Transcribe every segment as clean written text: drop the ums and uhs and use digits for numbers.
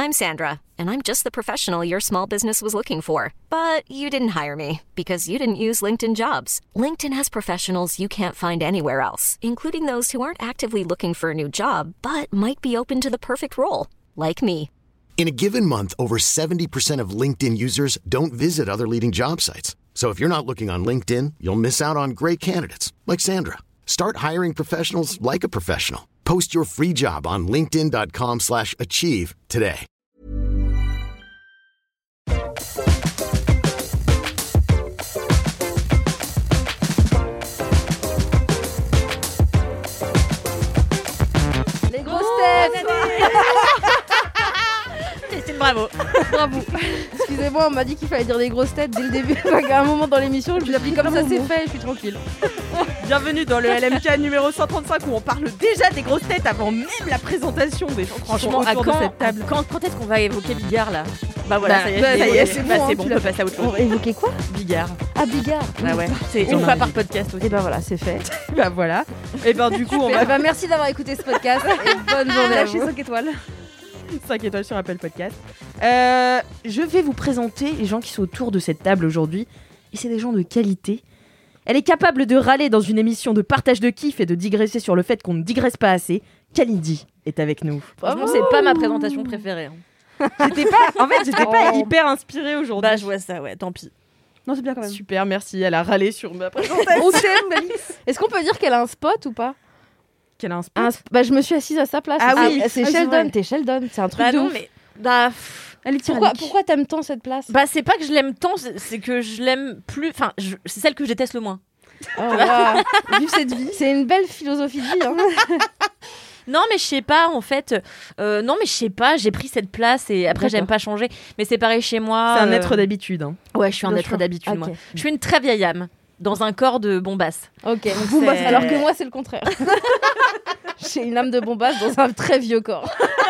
I'm Sandra, and I'm just the professional your small business was looking for. But you didn't hire me because you didn't use LinkedIn Jobs. LinkedIn has professionals you can't find anywhere else, including those who aren't actively looking for a new job, but might be open to the perfect role, like me. In a given month, over 70% of LinkedIn users don't visit other leading job sites. So if you're not looking on LinkedIn, you'll miss out on great candidates like Sandra. Start hiring professionals like a professional. Post your free job on linkedin.com/achieve today. Les grosses têtes. Christine, bravo. Bravo. Excusez-moi, on m'a dit qu'il fallait dire des grosses têtes dès le début. À un moment dans l'émission, je me suis dit comme ça c'est fait, je suis tranquille. Bienvenue dans le LMK numéro 135 où on parle déjà des grosses têtes avant même la présentation des gens. Franchement, autour de cette table. Quand est-ce qu'on va évoquer Bigard là? Bah voilà, ça y est, c'est bon, bon, on peut passer à autre chose. On va évoquer quoi? Bigard. Ah, Bigard. Ah ouais, c'est une fois par podcast aussi. Et bah voilà, c'est fait. Bah voilà. Et ben du coup, on va... Bah merci d'avoir écouté ce podcast et bonne journée à vous. 5 étoiles. 5 étoiles sur Apple Podcast. Je vais vous présenter les gens qui sont autour de cette table aujourd'hui. Et c'est des gens de qualité. Elle est capable de râler dans une émission de partage de kiff et de digresser sur le fait qu'on ne digresse pas assez. Kalindi est avec nous. Franchement, c'est pas ma présentation préférée. J'étais pas hyper inspirée aujourd'hui. Bah je vois ça, ouais, tant pis. Non, c'est bien quand même. Super, merci. Elle a râlé sur ma présentation. On t'aime, Est-ce qu'on peut dire qu'elle a un spot ou pas? Qu'elle a un spot. Bah je me suis assise à sa place. Ah oui. C'est Ah, Sheldon, vrai. t'es Sheldon, c'est un truc Bah de non, ouf. mais... Bah... Elle est pourquoi t'aimes tant cette place? Bah c'est pas que je l'aime tant, c'est que je l'aime plus... Enfin, c'est celle que je déteste le moins. Oh, wow. Vive cette vie. C'est une belle philosophie de vie. Hein. Non mais je sais pas en fait, j'ai pris cette place et après j'aime pas changer. Mais c'est pareil chez moi. C'est un être d'habitude. Hein. Ouais, je suis un Bien être sûr. d'habitude Ok. moi. Je suis une très vieille âme dans un corps de bombasse. Ok, donc bombasse. Alors que moi c'est le contraire. J'ai une âme de bombasse dans un très vieux corps.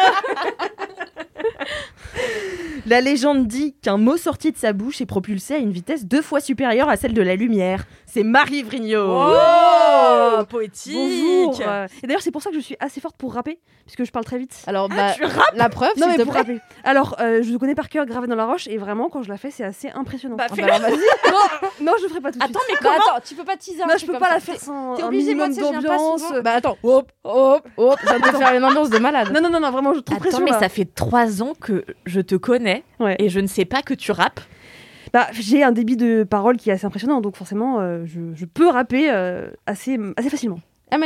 La légende dit qu'un mot sorti de sa bouche est propulsé à une vitesse 2 fois supérieure à celle de la lumière. C'est Marie Vrigno. Oh, poétique. Bonjour. Et d'ailleurs, c'est pour ça que je suis assez forte pour rapper, puisque je parle très vite. Alors, bah, tu rappes? la preuve, Non, s'il mais te pour plaît. rapper. Alors, je le connais par cœur, gravé dans la roche, et vraiment, quand je la fais, c'est assez impressionnant. Bah, Ah, fais-le. alors, vas-y. Non, je le ferai pas tout de suite. Attends, mais Bah, comment? attends, tu peux pas teaser un Non, truc je peux comme pas ça. la faire sans T'es un obligé, moi, minimum tu sais, je viens pas d'ambiance. souvent. Bah attends, hop, je viens de te faire une ambiance de malade. Non, vraiment, je trouve Attends, pression mais là. ça fait 3 ans que je te connais Ouais. et je ne sais pas que tu rappes. Bah, j'ai un débit de parole qui est assez impressionnant, donc forcément, je peux rapper assez facilement. Bah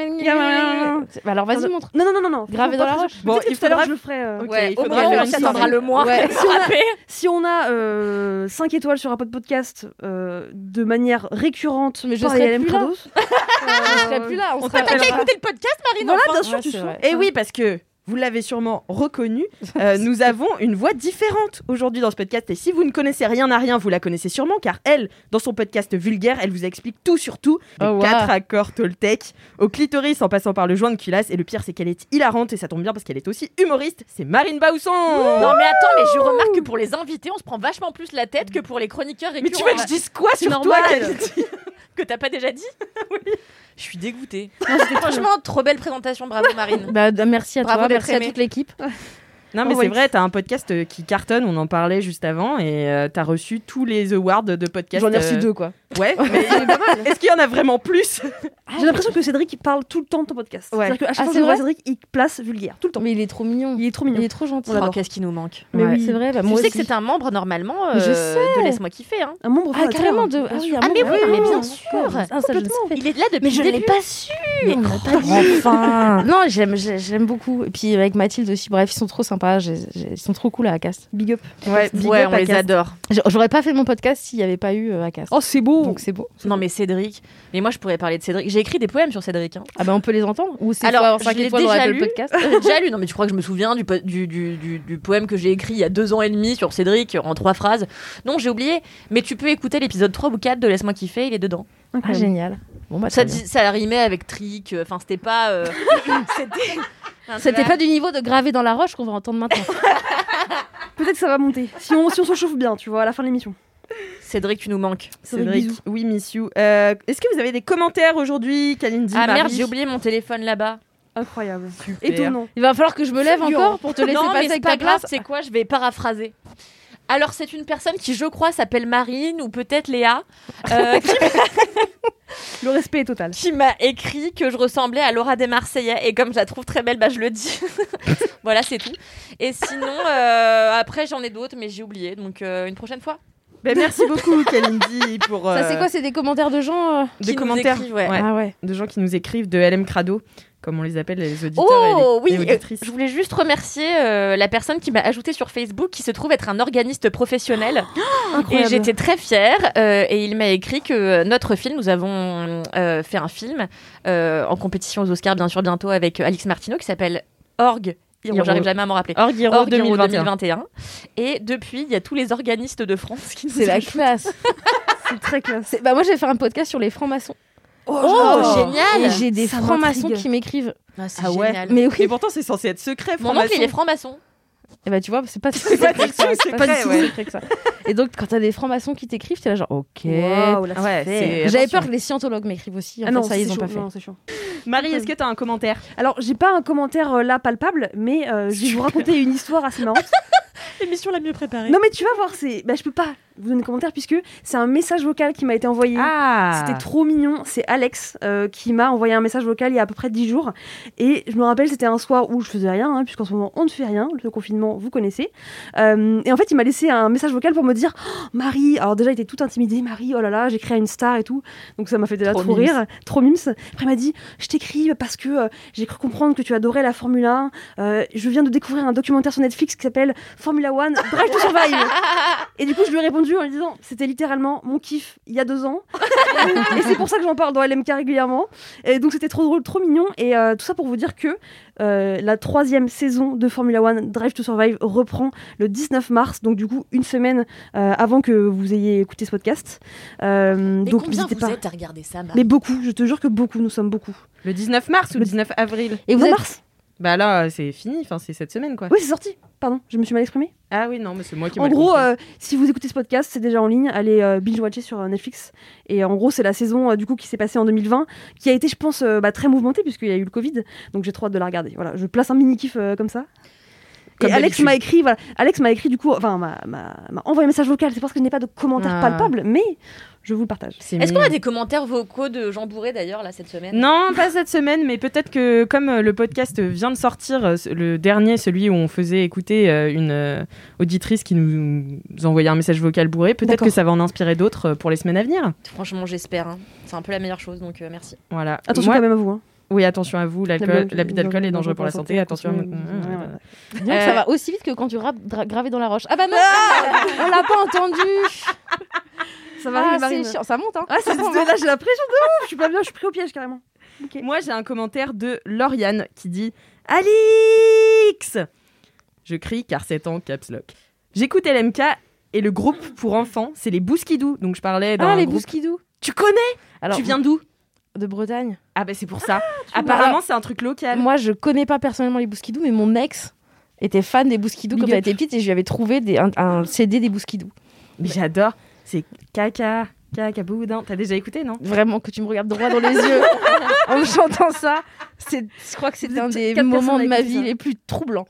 alors vas-y, montre. Non. Gravé dans la roche. Bon, il tout à l'heure, faudra- je le ferai. Ok, Ouais, il au faudra moins, faire on une s'attendra soirée. le mois Ouais, pour rapper. Si on a 5 étoiles sur Apple Podcast de manière récurrente Mais je par serai LM plus là. Krados, Je serais plus là. T'as qu'à écouter le podcast, Marine. voilà, enfin. bien sûr, Ouais, tu c'est sais. vrai. Et oui, parce que vous l'avez sûrement reconnu, nous avons une voix différente aujourd'hui dans ce podcast. Et si vous ne connaissez rien à rien, vous la connaissez sûrement, car elle, dans son podcast vulgaire, elle vous explique tout sur tout. Les Oh, 4 wow. accords Toltec, au clitoris en passant par le joint de culasse. Et le pire, c'est qu'elle est hilarante, et ça tombe bien parce qu'elle est aussi humoriste. C'est Marine Bausson. Non mais attends, mais je remarque que pour les invités, on se prend vachement plus la tête que pour les chroniqueurs Mais récurrents. tu veux que je dise quoi C'est sur toi, normal. Kalindi Que t'as pas déjà dit? Oui. Je suis dégoûtée. Franchement, trop belle présentation, bravo Marine. Bah, merci à Bravo toi, d'être merci à aimé. toute l'équipe. Non mais Oh, c'est oui. vrai, t'as un podcast qui cartonne, on en parlait juste avant, et t'as reçu tous les awards de podcast. J'en ai reçu 2 quoi. Ouais, mais est-ce qu'il y en a vraiment plus? J'ai l'impression que Cédric parle tout le temps de ton podcast. Ouais. C'est-à-dire qu'à chaque Ah, fois c'est que je vois vrai Cédric, il place vulgaire tout le temps. Mais il est trop mignon. Il est trop mignon. Il est trop gentil. On l'adore. Oh, qu'est-ce qui nous manque? Mais Ouais. c'est vrai, bah, Tu moi sais aussi. que c'est un membre normalement Mais je sais. de Laisse-moi kiffer. Hein. Un membre Ah, fondateur. carrément de. Bien oui, sûr. un Ah, mais membre. oui, mais bien d'accord. sûr. Ah, ça, je le savais. Il est là depuis Mais je le l'ai début. pas su. Mais On l'a pas dit. Enfin. Non, j'aime beaucoup. Et puis avec Mathilde aussi. Bref, ils sont trop sympas. Ils sont trop cool à Acast. Big up. Ouais, big Ouais, up on à les Cast. adore. J'aurais pas fait mon podcast s'il y avait pas eu Acast. Oh, c'est beau. Donc c'est beau. Non mais Cédric. Mais moi je pourrais parler de Cédric. J'ai écrit des poèmes sur Cédric. Hein. Ah bah on peut les entendre. Ou c'est Alors, faut avoir je 5 l'ai étoiles dans déjà Apple lu. Podcast. J'ai déjà lu. Non mais tu crois que je me souviens du poème que j'ai écrit il y a 2 ans et demi sur Cédric en 3 phrases? Non, j'ai oublié. Mais tu peux écouter l'épisode 3 ou 4 de Laisse-moi kiffer, il est dedans. Ah génial. Bon bah Ça, très bien. ça rimait avec trick. Enfin c'était pas. C'était pas du niveau de graver dans la roche qu'on va entendre maintenant. Peut-être que ça va monter. Si on se chauffe bien, tu vois, à la fin de l'émission. Cédric, tu nous manques. Cédric, bisous. oui, miss you. Est-ce que vous avez des commentaires aujourd'hui, Kalindi, Ah merde, Marie j'ai oublié mon téléphone là-bas. Incroyable. Super. Étonnant. Il va falloir que je me lève Fulgurant. encore pour te laisser non, mais passer c'est avec pas ta grave, place. c'est quoi? Je vais paraphraser. Alors, c'est une personne qui, je crois, s'appelle Marine ou peut-être Léa, Le respect est total. qui m'a écrit que je ressemblais à Laura des Marseillais. Et comme je la trouve très belle, bah, je le dis. Voilà, c'est tout. Et sinon, après, j'en ai d'autres, mais j'ai oublié. Donc, une prochaine fois. Ben, merci beaucoup, Kalindi, pour Ça, c'est quoi? C'est des commentaires de gens des Qui nous commentaires écrivent, ouais. Ouais. Ah ouais. de gens qui nous écrivent de LM Crado, comme on les appelle, les auditeurs Oh et les oui, auditrices. je voulais juste remercier la personne qui m'a ajouté sur Facebook, qui se trouve être un organiste professionnel. Et Incroyable. j'étais très fière. Et il m'a écrit que notre film, nous avons fait un film en compétition aux Oscars, bien sûr, bientôt, avec Alix Martineau, qui s'appelle Org. Hero. J'arrive jamais à m'en rappeler. Org Hero Org Hero 2021. 2021. Et depuis, il y a tous les organistes de France qui nous C'est la ajoutent. classe. C'est très classe. Bah moi, j'ai fait un podcast sur les francs-maçons. Oh, Et génial! j'ai des Ça francs-maçons m'intrigue. qui m'écrivent. Ah, c'est Ah ouais. génial. Mais oui. Mais pourtant, c'est censé être secret, Mon oncle, il est franc-maçon. franc-maçon. Et bah tu vois, c'est pas si pas secret du que ça. tout C'est pas secret, du tout ouais. secret que ça. Et donc, quand t'as des francs-maçons qui t'écrivent, t'es là genre, ok. Waouh, là, Ouais, c'est c'est- fait. J'avais attention. peur que les scientologues m'écrivent aussi. En Ah non, fait, ça, ils c'est ont chaud. pas fait. Non, c'est chaud. Marie, est-ce que tu as un commentaire? Alors, j'ai pas un commentaire là palpable, mais je vais vous raconter une histoire assez marrante. L'émission la mieux préparée. Non, mais tu vas voir, je peux pas vous donner de commentaire puisque c'est un message vocal qui m'a été envoyé. Ah C'était trop mignon. C'est Alex qui m'a envoyé un message vocal il y a à peu près 10 jours. Et je me rappelle, c'était un soir où je faisais rien, puisqu'en ce moment, on ne fait rien. Le confinement, vous connaissez. Et en fait, il m'a laissé un message vocal pour me dire oh, Marie, alors déjà, il était tout intimidé. Marie, oh là là, j'ai créé une star et tout. Donc ça m'a fait déjà Trop trop mimes. rire. Trop mimes. Après, il m'a dit je t'écris parce que j'ai cru comprendre que tu adorais la Formule 1. Je viens de découvrir un documentaire sur Netflix qui s'appelle Formula One Drive to Survive. Et du coup, je lui ai répondu en lui disant c'était littéralement mon kiff il y a 2 ans. Et c'est pour ça que j'en parle dans LMK régulièrement. Et donc, c'était trop drôle, trop mignon. Et tout ça pour vous dire que la 3e saison de Formula One Drive to Survive reprend le 19 mars. Donc, du coup, une semaine avant que vous ayez écouté ce podcast. Et Donc, combien n'hésitez vous pas. êtes à regarder ça, Marie? Mais beaucoup, je te jure que beaucoup, nous sommes beaucoup. Le 19 mars ou le 19 avril? Et vous Non, êtes... mars Bah là, c'est fini, enfin, c'est cette semaine, quoi. Oui, c'est sorti. Pardon, je me suis mal exprimée. Ah oui, non, mais c'est moi qui En mal gros, compris. si vous écoutez ce podcast, c'est déjà en ligne. Allez binge-watcher sur Netflix. Et en gros, c'est la saison du coup qui s'est passée en 2020, qui a été, je pense, très mouvementée puisqu'il y a eu le Covid. Donc j'ai trop hâte de la regarder. Voilà, je place un mini kiff comme ça. Comme Et Alex d'habitude. m'a écrit, voilà, Alex m'a écrit du coup, enfin m'a envoyé un message vocal. C'est parce que je n'ai pas de commentaire Ah. palpable, mais je vous le partage. C'est Est-ce qu'on mignon. a des commentaires vocaux de Jean Bourré d'ailleurs là cette semaine? Non, pas cette semaine, mais peut-être que comme le podcast vient de sortir, le dernier, celui où on faisait écouter une auditrice qui nous envoyait un message vocal bourré, peut-être D'accord. que ça va en inspirer d'autres pour les semaines à venir. Franchement, j'espère. Hein. C'est un peu la meilleure chose, donc merci. Voilà. Attention Moi- quand même à vous. Hein. Oui, attention à vous, l'abus d'alcool est dangereux pour la santé. Attention. Dis donc, ça va aussi vite que quand tu gravé dans la roche. Ah bah non, on l'a pas entendu. Ça va, Ah, arriver, Marine. c'est chiant, ça monte hein. Ah, là j'ai la pression de ouf. Je suis pas bien, je suis pris au piège carrément. Ok. Moi, j'ai un commentaire de Lauriane qui dit Alix. Je crie car c'est en caps lock. J'écoute LMK et le groupe pour enfants, c'est les Bouskidou. Donc je parlais d'un Ah, les groupe. Bouskidou. Tu connais? Alors, Tu viens d'où? de Bretagne. Ah bah c'est pour ça. Apparemment, c'est un truc local. Moi, je connais pas personnellement les Bouskidou, mais mon ex était fan des Bouskidou quand Big elle up. était petite et je lui avais trouvé un CD des Bouskidou. Mais j'adore. C'est caca boudin. T'as déjà écouté, non? Vraiment, que tu me regardes droit dans les yeux en me chantant ça, je crois que c'était un des 4 moments de personnes à ma écouter vie ça. les plus troublants.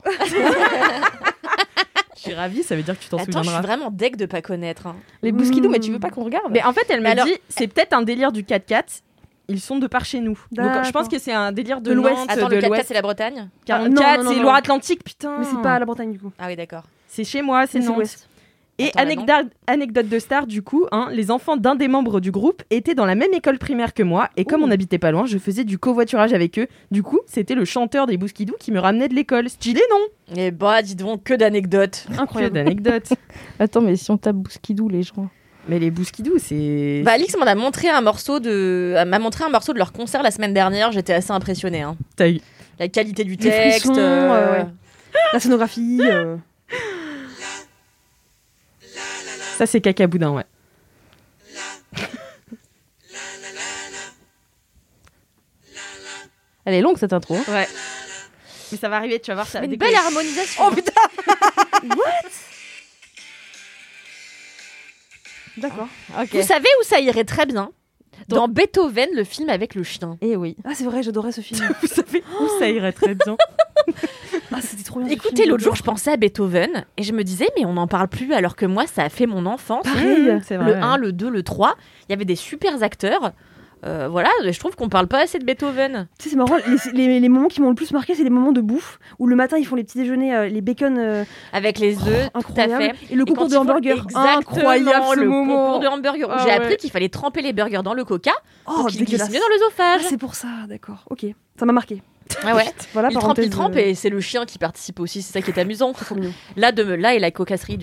Je suis ravie, ça veut dire que tu t'en Attends, je suis souviendras. vraiment deg de pas connaître. Hein. Les Bouskidou, mais tu veux pas qu'on regarde? Mais en fait, elle m'a Alors- dit, c'est peut-être un délire du 4x4. Ils sont de par chez nous. Donc je pense D'accord. que c'est un délire de De l'Ouest. Nantes, Attends, de le 4x4 l'Ouest. c'est la Bretagne? 44, non, c'est non. Loire-Atlantique, putain. Mais c'est pas à la Bretagne du coup. Ah oui, d'accord. C'est chez moi, c'est Nantes. l'Ouest. Et Attends, là, anecdote de star, du coup, les enfants d'un des membres du groupe étaient dans la même école primaire que moi. Et comme on n'habitait pas loin, je faisais du covoiturage avec eux. Du coup, c'était le chanteur des Bouskidou qui me ramenait de l'école. Stylé, non? Eh bah, dis donc, que d'anecdotes. Que Incroyable. d'anecdotes. Attends, mais si on tape Bouskidou, les gens. Mais les Bouskidou, c'est... Bah, Alix m'a montré un morceau de leur concert la semaine dernière. J'étais assez impressionnée. Hein. T'as eu... La qualité du Les texte. frissons, ouais. La scénographie. Ça, c'est caca boudin, ouais. Elle est longue cette intro. hein. Ouais. Mais ça va arriver, tu vas voir ça. Une Dès belle que- harmonisation. Oh putain. D'accord. Ok. Vous savez où ça irait très bien? Dans Beethoven, le film avec le chien. Eh oui. Ah, c'est vrai, j'adorais ce film. Vous savez où ça irait très bien. Ah, c'était trop bien. ce Écoutez, film, l'autre jour, je j'adore. pensais à Beethoven et je me disais, mais on n'en parle plus alors que moi, ça a fait mon enfance. Pareil. C'est vrai. Le 1, le 2, le 3. Il y avait des super acteurs. Voilà, je trouve qu'on parle pas assez de Beethoven. Tu sais, c'est marrant, les moments qui m'ont le plus marqué, c'est les moments de bouffe où le matin ils font les petits déjeuners, les bacon Avec les œufs, tout à incroyable. fait. Et le Et concours quand de ils font- hamburger. Exactement, Incroyable ce le moment. concours de hamburger. Ah J'ai ouais. appris qu'il fallait tremper les burgers dans le coca Oh, pour qu'ils glissent dégueulasse. mieux dans Ah, l'œsophage. c'est pour ça, d'accord. Ok, ça m'a marqué. Ah ouais. Voilà, Il trempe et c'est le chien qui participe aussi, c'est ça qui est amusant. C'est trop mignon. Là est la cocasserie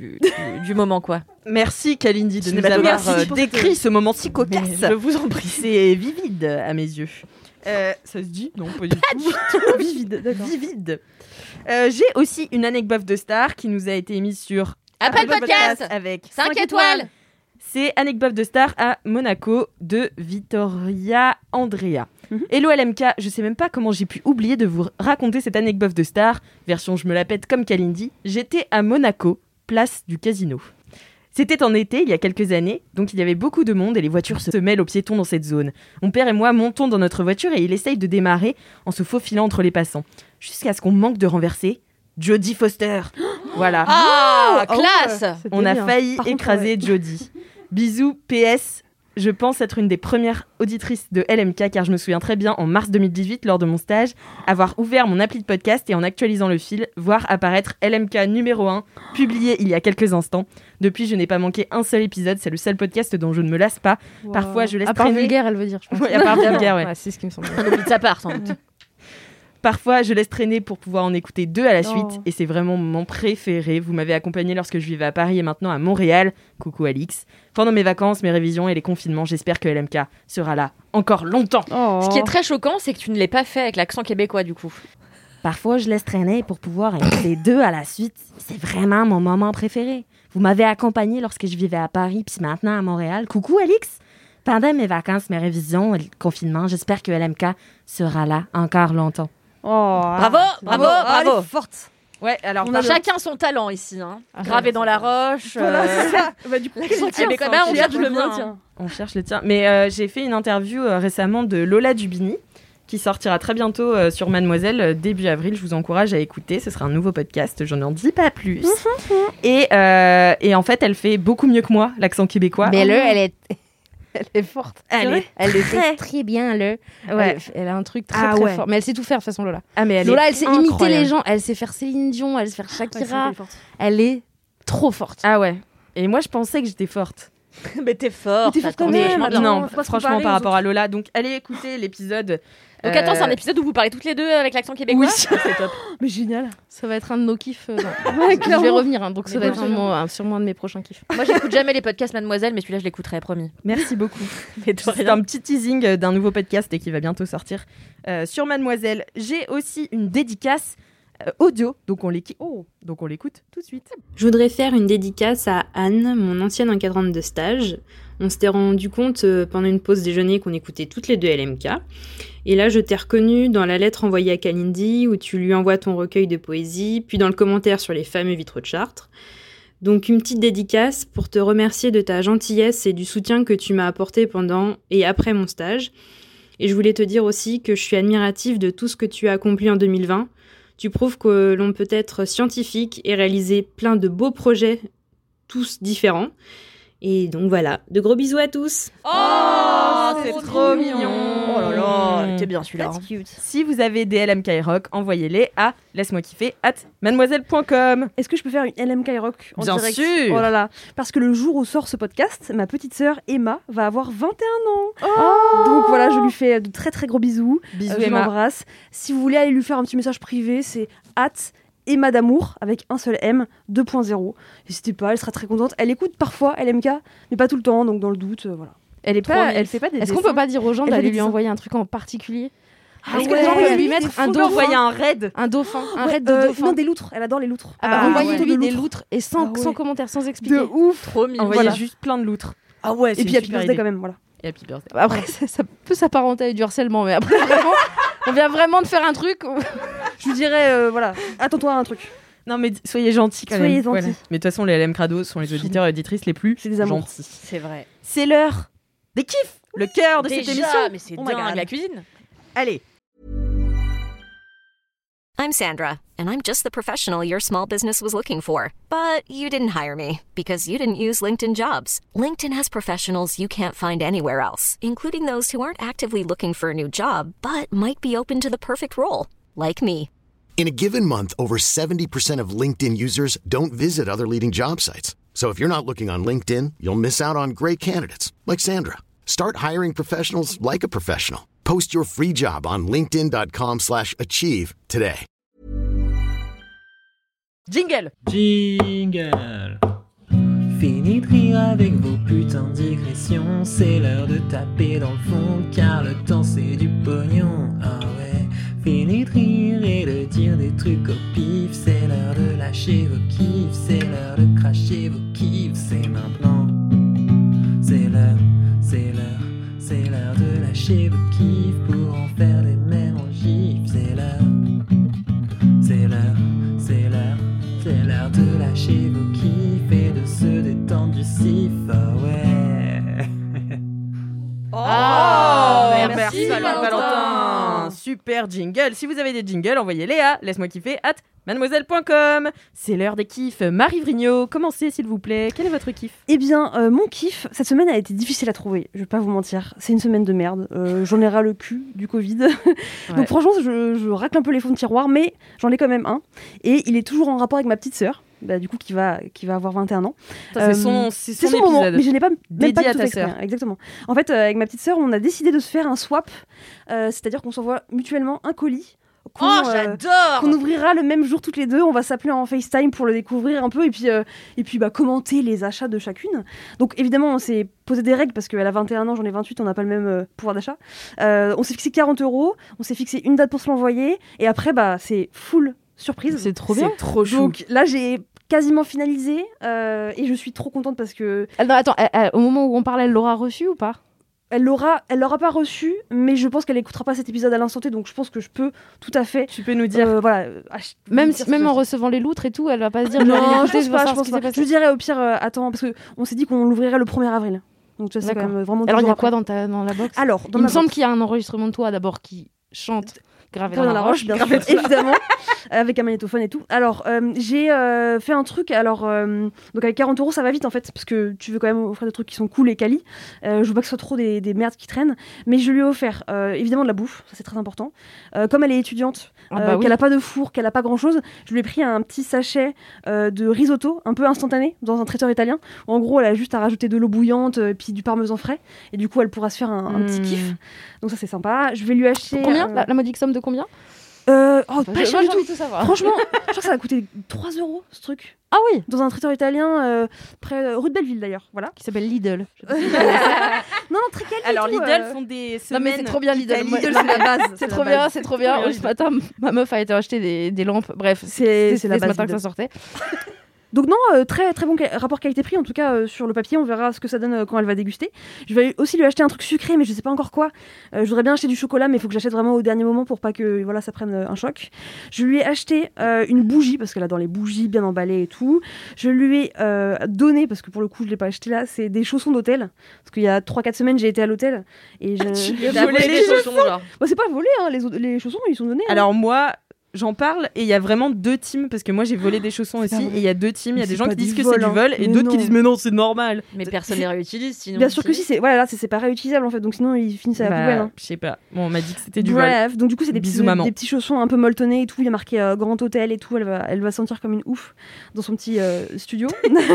du moment, quoi. Merci Kalindi de nous Cinématographe. avoir Merci pour décrit ce moment si cocasse. Mais je vous en prie. C'est vivide à mes yeux. Ça se dit? Non, pas du tout. Vivide, d'accord. Vivide. J'ai aussi une anecdote de star qui nous a été émise sur Apple Podcast avec 5 étoiles. C'est anecdote de star à Monaco de Vittoria Andrea. Mhm. Hello LMK, je sais même pas comment j'ai pu oublier de vous raconter cette anecdote de star, version je me la pète comme Kalindi. J'étais à Monaco, place du casino. C'était en été, il y a quelques années, donc il y avait beaucoup de monde et les voitures se mêlent aux piétons dans cette zone. Mon père et moi montons dans notre voiture et il essaye de démarrer en se faufilant entre les passants. Jusqu'à ce qu'on manque de renverser Jodie Foster. Voilà. Ah, Oh, classe. C'était On a bien. failli Par contre, écraser Jodie. Bisous, PS. Je pense être une des premières auditrices de LMK car je me souviens très bien en mars 2018 lors de mon stage avoir ouvert mon appli de podcast et en actualisant le fil, voir apparaître LMK numéro 1, publié il y a quelques instants. Depuis, je n'ai pas manqué un seul épisode, c'est le seul podcast dont je ne me lasse pas. Wow. Parfois, je laisse À part traîner. vulgaire, elle veut dire, je pense. Ouais, à part vulgaire, ouais. C'est ce qui me semble. Un oubli de sa part, sans doute. Parfois, je laisse traîner pour pouvoir en écouter 2 à la suite Oh. et c'est vraiment mon préféré. Vous m'avez accompagné lorsque je vivais à Paris et maintenant à Montréal. Coucou Alix. Pendant mes vacances, mes révisions et les confinements, j'espère que LMK sera là encore longtemps. Oh. Ce qui est très choquant, c'est que tu ne l'aies pas fait avec l'accent québécois, du coup. Parfois, je laisse traîner pour pouvoir écouter 2 à la suite. C'est vraiment mon moment préféré. Vous m'avez accompagné lorsque je vivais à Paris puis maintenant à Montréal. Coucou Alix. Pendant mes vacances, mes révisions et le confinement, j'espère que LMK sera là encore longtemps. Oh, Bravo, bravo, Ah, elle bravo. est forte. Ouais, alors On a Chacun son talent ici, hein. Ah, Gravé ouais, dans la roche. Voilà, c'est ça. Bah, du coup, l'accent tiens, québécois. ça, Bah, on j'ai cherche hâte le de mien, voir, tiens. on cherche le tien. Mais j'ai fait une interview récemment de Lola Dubini qui sortira très bientôt sur Mademoiselle début avril. Je vous encourage à écouter. Ce sera un nouveau podcast. Je n'en dis pas plus. Et en fait, elle fait beaucoup mieux que moi l'accent québécois. Mais elle est forte. Elle Elle est le fait très bien, Ouais. Elle a un truc très Ah très ouais. fort. Mais elle sait tout faire de toute façon, Lola. Ah mais Lola, elle sait imiter incroyable. les gens. Elle sait faire Céline Dion, elle sait faire Ouais, c'est vrai Shakira. qu'elle est forte. Elle est trop forte. Ah ouais. Et moi, je pensais que j'étais forte. Mais t'es fort. Mais t'es forte quand attendez, même. je m'en Attends, bien. non, faut pas se franchement, comparer par aux rapport à Lola. Donc, allez écouter l'épisode. Donc attends, c'est un épisode où vous parlez toutes les deux avec l'accent québécois. Oui. C'est top. Mais génial. Ça va être un de nos kiffs. Ouais, Je vais clairement. revenir, hein, donc ça Mais va être bien sûr. sûrement un de mes prochains kiffs. Moi, j'écoute jamais les podcasts Mademoiselle, mais celui-là, je l'écouterai, promis. Merci beaucoup. Mais de C'est rien. un petit teasing d'un nouveau podcast et qui va bientôt sortir sur Mademoiselle. J'ai aussi une dédicace audio, donc on l'écoute tout de suite. Je voudrais faire une dédicace à Anne, mon ancienne encadrante de stage. On s'était rendu compte pendant une pause déjeuner qu'on écoutait toutes les deux LMK. Et là, je t'ai reconnue dans la lettre envoyée à Kalindi où tu lui envoies ton recueil de poésie, puis dans le commentaire sur les fameux vitraux de Chartres. Donc une petite dédicace pour te remercier de ta gentillesse et du soutien que tu m'as apporté pendant et après mon stage. Et je voulais te dire aussi que je suis admirative de tout ce que tu as accompli en 2020. Tu prouves que l'on peut être scientifique et réaliser plein de beaux projets, tous différents. Et donc voilà, de gros bisous à tous. Oh, c'est trop mignon. Oh là là, t'es bien celui-là. That's cute. Si vous avez des LMK Rock, envoyez-les à laisse-moi kiffer @mademoiselle.com. Est-ce que je peux faire une LMK Rock en Bien direct sûr. Oh là là. Parce que le jour où sort ce podcast, ma petite sœur Emma va avoir 21 ans. Donc voilà, je lui fais de très très gros bisous. Bisous Je Emma. l'embrasse. Si vous voulez aller lui faire un petit message privé, c'est Emma d'amour avec un seul M 2.0. N'hésitez pas, elle sera très contente. Elle écoute parfois LMK, mais pas tout le temps, donc dans le doute, voilà. Elle fait pas des Est-ce qu'on peut pas dire aux gens Elle fait d'aller des lui dessins. envoyer un truc en particulier? Ah Est-ce que ouais, les gens peuvent lui il mettre faut un lui dauphin envoyer un raid. Un dauphin, un Ouais, raid de dauphin. Non, des loutres. Elle adore les loutres. Ah bah, Ah envoyez-lui ouais. des loutres et sans, Ah ouais. sans commentaire, sans expliquer. De ouf. Trop mignon. Envoyez Voilà. juste plein de loutres. Ah ouais, et c'est puis une Happy super Birthday idée. quand même, voilà. Et Happy Birthday. Après, ça peut s'apparenter à du harcèlement, mais après, vraiment, on vient vraiment de faire un truc. Je lui dirais, voilà, attends-toi à un truc. Non mais soyez gentils quand Soyez même. gentils. Voilà. Mais de toute façon les LM Crados sont les auditeurs et auditrices les plus C'est des amours. gentils. C'est vrai. C'est l'heure des kiffs. le cœur de cette Déjà, émission. mais c'est Oh my dingue, God. la cuisine. Allez. I'm Sandra, and I'm just the professional your small business was looking for. But you didn't hire me because you didn't use LinkedIn Jobs. LinkedIn has professionals you can't find anywhere else, including those who aren't actively looking for a new job, but might be open to the perfect role, like me. In a given month, over 70% of LinkedIn users don't visit other leading job sites. So if you're not looking on LinkedIn, you'll miss out on great candidates like Sandra. Start hiring professionals like a professional. Post your free job on linkedin.com/achieve today. Jingle. Jingle. Fini de rire avec vos putains de digressions. C'est l'heure de taper dans le fond, car le temps c'est du pognon. Ah ouais. Fini de rire et de dire des trucs au pif. C'est l'heure de lâcher vos kiffs. C'est l'heure de cracher vos kiffs. C'est maintenant. C'est l'heure, c'est l'heure, c'est l'heure de lâcher vos kiffs pour en faire des mèmes en gif. C'est l'heure, c'est l'heure, c'est l'heure, c'est l'heure de lâcher vos kiffs et de se détendre du sif. Ah ouais. Merci Valentin. Super jingle. Si vous avez des jingles, envoyez-les à laisse-moi kiffer @mademoiselle.com. C'est l'heure des kiffs. Marie Vrigno, commencez s'il vous plaît. Quel est votre kiff? Eh bien, mon kiff, cette semaine a été difficile à trouver, je vais pas vous mentir. C'est une semaine de merde. J'en ai ras le cul du Covid. Donc franchement, je racle un peu les fonds de tiroir, mais j'en ai quand même un. Et il est toujours en rapport avec ma petite sœur, du coup, qui va avoir 21 ans. C'est son moment, épisode. mais je n'ai pas Dédié même pas à tout ta exprès, sœur. hein, exactement. En fait, avec ma petite sœur, on a décidé de se faire un swap, c'est-à-dire qu'on s'envoie mutuellement un colis. J'adore. Qu'on ouvrira le même jour toutes les deux. On va s'appeler en FaceTime pour le découvrir un peu et puis commenter les achats de chacune. Donc évidemment, on s'est posé des règles parce qu'elle a 21 ans, j'en ai 28, on n'a pas le même pouvoir d'achat. On s'est fixé 40 €, on s'est fixé une date pour se l'envoyer et après, c'est full surprise. C'est trop bien. C'est trop chou. Donc là, j'ai quasiment finalisé et je suis trop contente parce que Non, attends, au moment où on parle, elle l'aura reçu ou pas? elle l'aura pas reçu, mais je pense qu'elle écoutera pas cet épisode à l'instant T, donc je pense que je peux tout à fait. Tu peux nous dire. Voilà. Même en recevant les loutres et tout, elle va pas se dire. Non, j'allais je l'écouter, pense pas. je Je veux pense savoir pas. ce qui s'est Je passé. dirais au pire, attends, parce qu'on s'est dit qu'on l'ouvrirait le 1er avril. Donc tu vois, c'est quand D'accord. même vraiment. Alors il y a 2 jours quoi après. dans la box? Alors, Il me semble qu'il y a un enregistrement de toi d'abord qui chante gravé dans la roche, bien sûr, évidemment, avec un magnétophone et tout. Alors, j'ai fait un truc. Alors, donc avec 40 €, ça va vite en fait, parce que tu veux quand même offrir des trucs qui sont cool et quali. Je veux pas que ce soit trop des merdes qui traînent, mais je lui ai offert évidemment de la bouffe, ça c'est très important. Comme elle est étudiante, qu'elle a pas de four, qu'elle a pas grand chose, je lui ai pris un petit sachet de risotto, un peu instantané, dans un traiteur italien. Où, en gros, elle a juste à rajouter de l'eau bouillante, puis du parmesan frais, et du coup, elle pourra se faire un petit kiff. Donc ça c'est sympa. Je vais lui acheter. Combien la modique somme de combien? Pas J'ai cher du tout. envie de tout savoir. Franchement, je crois que ça a coûté 3 € ce truc. Ah oui. Dans un traiteur italien, près rue de Belleville d'ailleurs. Voilà. Qui s'appelle Lidl. Non, très quali. Alors et tout, Lidl font des Non semaines. mais c'est trop bien Lidl. Lidl, c'est la base. C'est trop bien, c'est trop bien. Ce matin, ma meuf a été acheter des lampes. Bref, C'est la ce base. matin que Lidl. ça sortait. Donc non, très très bon rapport qualité-prix, en tout cas sur le papier, on verra ce que ça donne quand elle va déguster. Je vais aussi lui acheter un truc sucré, mais je sais pas encore quoi. Je voudrais bien acheter du chocolat, mais il faut que j'achète vraiment au dernier moment pour pas que ça prenne un choc. Je lui ai acheté une bougie, parce qu'elle a dans les bougies bien emballées et tout. Je lui ai donné, parce que pour le coup je l'ai pas acheté là, c'est des chaussons d'hôtel. Parce qu'il y a 3-4 semaines j'ai été à l'hôtel et Il a volé des chaussons, genre. Bah, c'est pas volé, hein, les chaussons ils sont donnés. hein. Alors moi, j'en parle et il y a vraiment deux teams parce que moi j'ai volé des chaussons aussi et il y a deux teams. Il y a Mais des c'est gens pas qui disent du que c'est vol, du hein. vol et Mais d'autres qui non. disent mais non c'est normal. Mais personne les réutilise sinon. Bien sûr que si, c'est pas réutilisable en fait, donc sinon ils finissent à la poubelle. hein. Je sais pas. Bon, on m'a dit que c'était du vol. Bref, donc du coup c'est des Bisous, maman. petits chaussons un peu molletonnés et tout, il y a marqué Grand Hôtel et tout, elle va sentir comme une ouf dans son petit studio.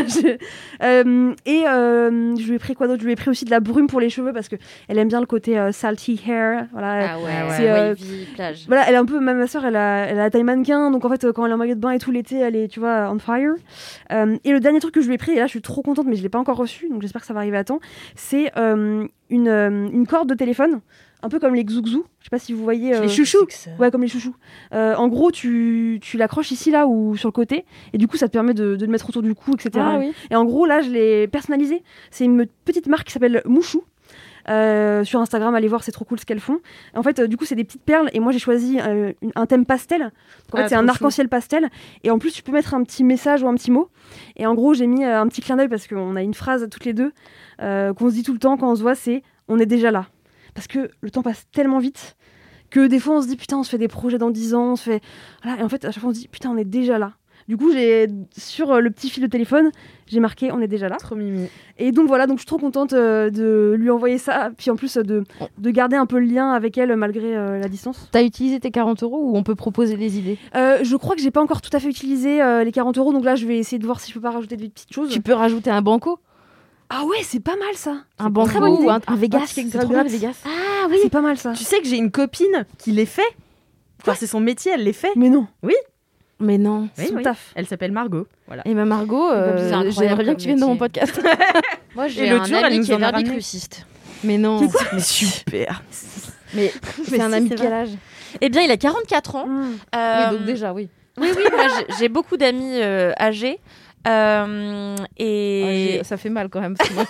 Je lui ai pris quoi d'autre? Je lui ai pris aussi de la brume pour les cheveux parce que elle aime bien le côté salty hair. Voilà. Ah ouais, c'est, wavy, plage. Voilà, elle est un peu, même ma soeur, elle a la taille mannequin, donc en fait, quand elle est en maillot de bain et tout l'été, elle est, tu vois, on fire. Et le dernier truc que je lui ai pris, et là, je suis trop contente, mais je l'ai pas encore reçu, donc j'espère que ça va arriver à temps, c'est une corde de téléphone, un peu comme les Xougzou. Je sais pas si vous voyez. Les chouchous. Ouais, comme les chouchous. En gros, tu l'accroches ici, là, ou sur le côté, et du coup, ça te permet de le mettre autour du cou, etc. Ah oui. Et en gros, là, je l'ai personnalisé. C'est une petite marque qui s'appelle Mouchou. Sur Instagram, allez voir, c'est trop cool ce qu'elles font. En fait, du coup, c'est des petites perles et moi j'ai choisi un thème pastel. Donc, en fait, c'est un arc-en-ciel pastel et en plus, tu peux mettre un petit message ou un petit mot. Et en gros, j'ai mis un petit clin d'œil parce qu'on a une phrase toutes les deux qu'on se dit tout le temps quand on se voit, c'est on est déjà là. Parce que le temps passe tellement vite que des fois on se dit putain, on se fait des projets dans 10 ans, on se fait. Voilà, et en fait, à chaque fois on se dit putain, on est déjà là. Du coup, sur le petit fil de téléphone, j'ai marqué on est déjà là. Trop mimi. Et donc voilà, donc je suis trop contente de lui envoyer ça, puis en plus de garder un peu le lien avec elle malgré la distance. T'as utilisé tes 40 € ou on peut proposer des idées? Je crois que j'ai pas encore tout à fait utilisé les 40 €, donc là je vais essayer de voir si je peux pas rajouter des petites choses. Tu peux rajouter un banco? Ah ouais, c'est pas mal ça. Un banco très bonne idée. ou un Vegas? ticket C'est trop bien, gratis. le Vegas. Ah oui, c'est pas mal ça. Tu sais que j'ai une copine qui les fait. Enfin, c'est son métier, elle les fait. Mais non. Mais non. Oui, C'est son oui. taf. Elle s'appelle Margot. Voilà. Et Margot, c'est incroyable j'aimerais bien comme que tu viennes dans mon métier. podcast. Moi, Et j'ai l'autre un jour, elle ami nous qui est en a ramené. verbicruciste. Mais non. Mais super. Mais c'est un si, ami c'est de quel vrai. âge? Eh bien, il a 44 ans. Mmh. Oui, donc déjà, oui. Oui, moi, j'ai beaucoup d'amis âgés. Et Ça fait mal quand même. Parce que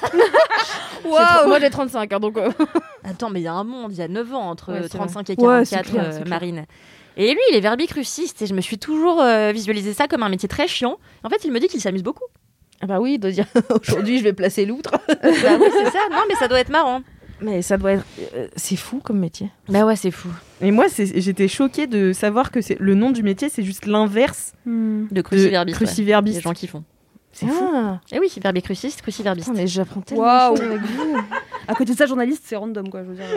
moi, j'ai 35, hein, donc. attends, mais il y a un monde, il y a 9 ans entre Ouais, c'est 35 et vrai. Ouais, c'est 44, clair, c'est clair. Marine. Et lui, il est verbicruciste et je me suis toujours visualisé ça comme un métier très chiant. En fait, il me dit qu'il s'amuse beaucoup. Ah bah oui, il doit dire aujourd'hui, je vais placer l'outre. Bah oui, c'est ça. Non, mais ça doit être marrant. Mais ça doit être. C'est fou comme métier. Bah ouais, c'est fou. Et moi, j'étais choquée de savoir que le nom du métier, c'est juste l'inverse Hmm. De de cruciverbiste. Ouais. cruciverbiste. Les gens qui font. C'est fou. Ah, Et oui, verbicruciste, cruciverbiste. putain, mais j'apprends tellement Waouh. de choses avec vous. À côté de ça, journaliste, c'est random quoi. Je veux dire.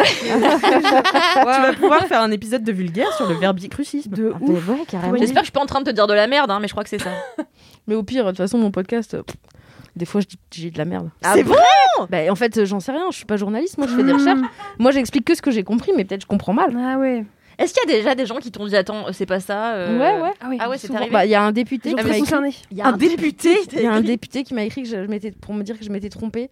Tu vas pouvoir faire un épisode de vulgaire sur le verbicrucisme. De Ah, ouf. bah ouais, carrément. J'espère que je suis pas en train de te dire de la merde, hein, mais je crois que c'est ça. Mais au pire, de toute façon, mon podcast, des fois, je dis de la merde. C'est vrai. Bah, en fait, j'en sais rien, je suis pas journaliste, moi je fais des recherches. Moi j'explique que ce que j'ai compris, mais peut-être je comprends mal. Ah ouais. Est-ce qu'il y a déjà des gens qui t'ont dit attends, c'est pas ça Ouais. Ah oui. Ah ouais, c'est Souvent. arrivé. Bah, il y a un député Ils qui ont m'a très écrit. concerné. Il y a Un député. Il y a un député qui m'a écrit que pour me dire que je m'étais trompée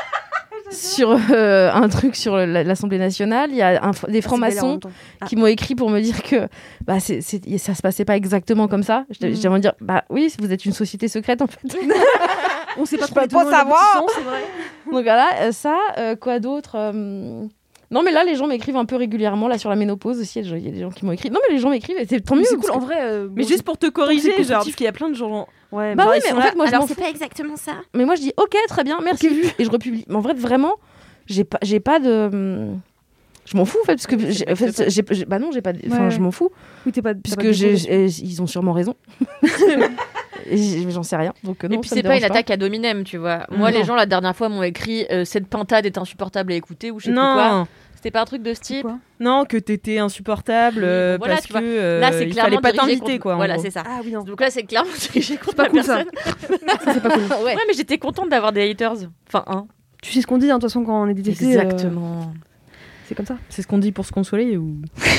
sur un truc sur l'Assemblée nationale. Il y a des francs-maçons qui m'ont écrit pour me dire que bah, ça se passait pas exactement comme ça. J'aimerais dire bah oui, vous êtes une société secrète en fait. On sait pas Je trop peux les pas tenants et les savoir. aboutissants, c'est vrai. Donc voilà, ça, quoi d'autre Non mais là les gens m'écrivent un peu régulièrement là sur la ménopause aussi. Il y a des gens qui m'ont écrit. Non mais les gens m'écrivent et c'est tant mieux. C'est cool parce en que- vrai. Mais bon, juste pour te corriger, c'est genre, constructif. parce qu'il y a plein de gens. Ouais. Bah Genre, oui, ils mais sont en là, fait moi je alors m'en c'est fous. pas exactement ça. Mais moi je dis ok très bien merci et je republie. Mais en vrai vraiment j'ai pas de je m'en fous en fait parce que bah non j'ai pas enfin Ouais. je m'en fous Oui, t'es pas. puisque ils ont sûrement raison. Et j'en sais rien donc Et non, puis ça me c'est pas une dérange attaque à dominem, tu vois. Moi, Non. les gens la dernière fois m'ont écrit cette pintade est insupportable à écouter ou je sais plus quoi. Non, C'était pas un truc de ce type. Quoi non, que t'étais insupportable Oui, voilà, parce tu vois. que Là, c'est il clairement fallait pas dirigé t'inviter contre- quoi. en Voilà, gros. c'est ça. Ah oui non. Donc là, c'est clairement dirigé contre pas la cool, ça. personne. Ça, c'est pas cool. ouais. Ouais, mais j'étais contente d'avoir des haters. Enfin, un. Tu sais ce qu'on dit hein, de toute façon quand on est détecté. Exactement. C'est comme ça. C'est ce qu'on dit pour se consoler ou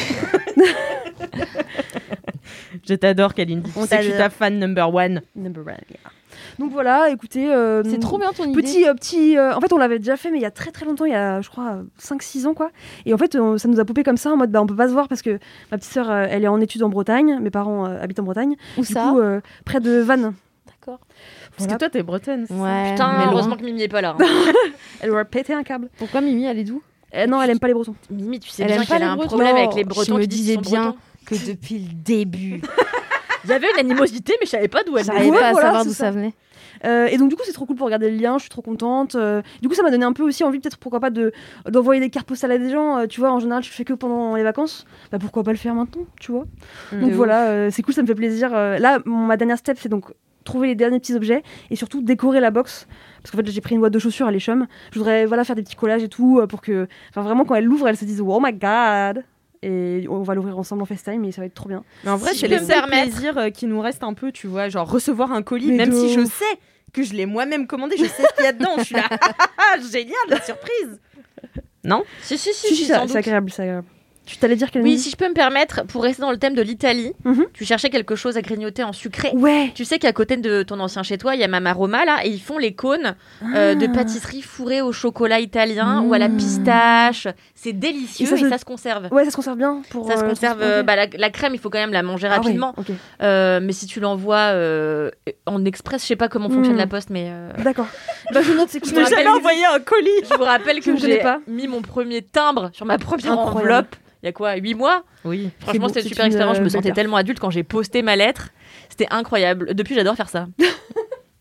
Je t'adore, Kalindi. On On sait que je suis ta t'adore. fan number one. Donc voilà, écoutez. C'est trop bien ton idée. Petit. En fait, on l'avait déjà fait, mais il y a très très longtemps, il y a, je crois, 5-6 ans, quoi. Et en fait, ça nous a popé comme ça, en mode, bah, on peut pas se voir parce que ma petite sœur, elle est en études en Bretagne. Mes parents habitent en Bretagne. Où Du ça coup, près de Vannes. D'accord. Parce que toi, t'es bretonne. c'est ça Ouais. Putain, mais heureusement loin. que Mimi est pas là. hein. Elle aurait pété un câble. Pourquoi Mimi elle est d'où? Non, elle aime pas les Bretons. Mimi, tu sais Elle bien aime pas qu'elle a les un Bretons. problème avec les Je Bretons me qui disent disais qu'ils sont bien Bretons. que depuis le début Il y avait une animosité, mais je savais pas d'où elle j'arrivais Ouais, pas à voilà, savoir c'est d'où ça. ça venait. Et donc du coup c'est trop cool pour regarder le lien, je suis trop contente. Du coup ça m'a donné un peu aussi envie peut-être pourquoi pas d'envoyer des cartes postales à des gens. Tu vois en général je le fais que pendant les vacances. Bah pourquoi pas le faire maintenant, tu vois. Donc voilà, c'est cool, ça me fait plaisir. Là ma dernière step c'est donc trouver les derniers petits objets et surtout décorer la box parce qu'en fait j'ai pris une boîte de chaussures à l'échum. Je voudrais voilà faire des petits collages et tout pour que enfin vraiment quand elle l'ouvre elle se dise oh my god. Et on va l'ouvrir ensemble en FaceTime et ça va être trop bien. Mais en vrai, Si c'est je le peux me seul permettre. plaisir qui nous reste un peu, tu vois, genre recevoir un colis, Mais même de si je ouf. sais que je l'ai moi-même commandé, je sais ce qu'il y a dedans. Je suis là, génial, la surprise. Non? Si, Si, sans c'est doute. agréable, c'est agréable. Tu t'allais dire qu'elle Oui, si je peux me permettre, pour rester dans le thème de l'Italie, Mhm. tu cherchais quelque chose à grignoter en sucré. Ouais. Tu sais qu'à côté de ton ancien chez toi, il y a Mama Roma là, et ils font les cônes de pâtisserie fourrée au chocolat italien ou à la pistache. C'est délicieux Et et ça ça, se- se conserve. Ouais, ça se conserve bien pour. Ça se conserve. transporter. Bah, la crème, il faut quand même la manger Ah ouais, rapidement. ok. Mais si tu l'envoies en express, je sais pas comment fonctionne Mm. la poste, mais D'accord. Bah je note, c'est que Je n'ai jamais envoyé un colis. je vous rappelle Je que ne connais j'ai pas. mis mon premier timbre sur ma première Incroyable. enveloppe. Il y a quoi, 8 mois? Oui. Franchement, beau, c'était une c'est super une, expérience. Je me belle sentais perf. tellement adulte quand j'ai posté ma lettre. C'était incroyable. Depuis, j'adore faire ça.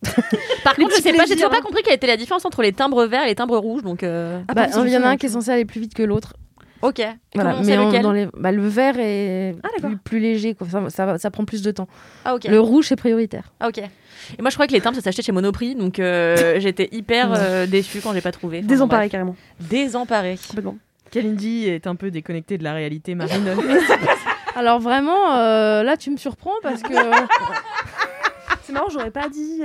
Par contre, je sais pas, j'ai toujours plaisirs, pas compris quelle était la différence entre les timbres verts et les timbres rouges. Donc, Il y en a un qui est censé aller plus vite que l'autre. ok. Voilà, Comment mais c'est lequel le vert est d'accord. plus léger, quoi. Ça prend plus de temps. Ah, ok. Le rouge est prioritaire. Ah, ok. Et moi, je croyais que les timbres, ça s'achetait chez Monoprix. Donc, j'étais hyper déçue quand j'ai pas trouvé. Enfin, Désemparé bref. carrément. Désemparée. Complètement. Kalindi est un peu déconnectée de la réalité, Marine. Alors vraiment, là, tu me surprends parce que... C'est marrant, j'aurais pas dit.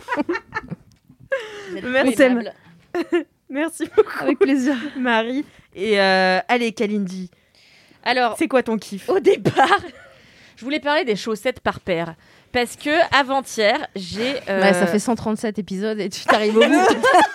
Merci. Aimable. Merci beaucoup, Avec plaisir. Marie. Et allez, Kalindi, Alors, c'est quoi ton kiff? au départ, je voulais parler des chaussettes par paire. Parce que avant-hier, j'ai. Ouais, ça fait 137 épisodes et tu t'arrives au bout.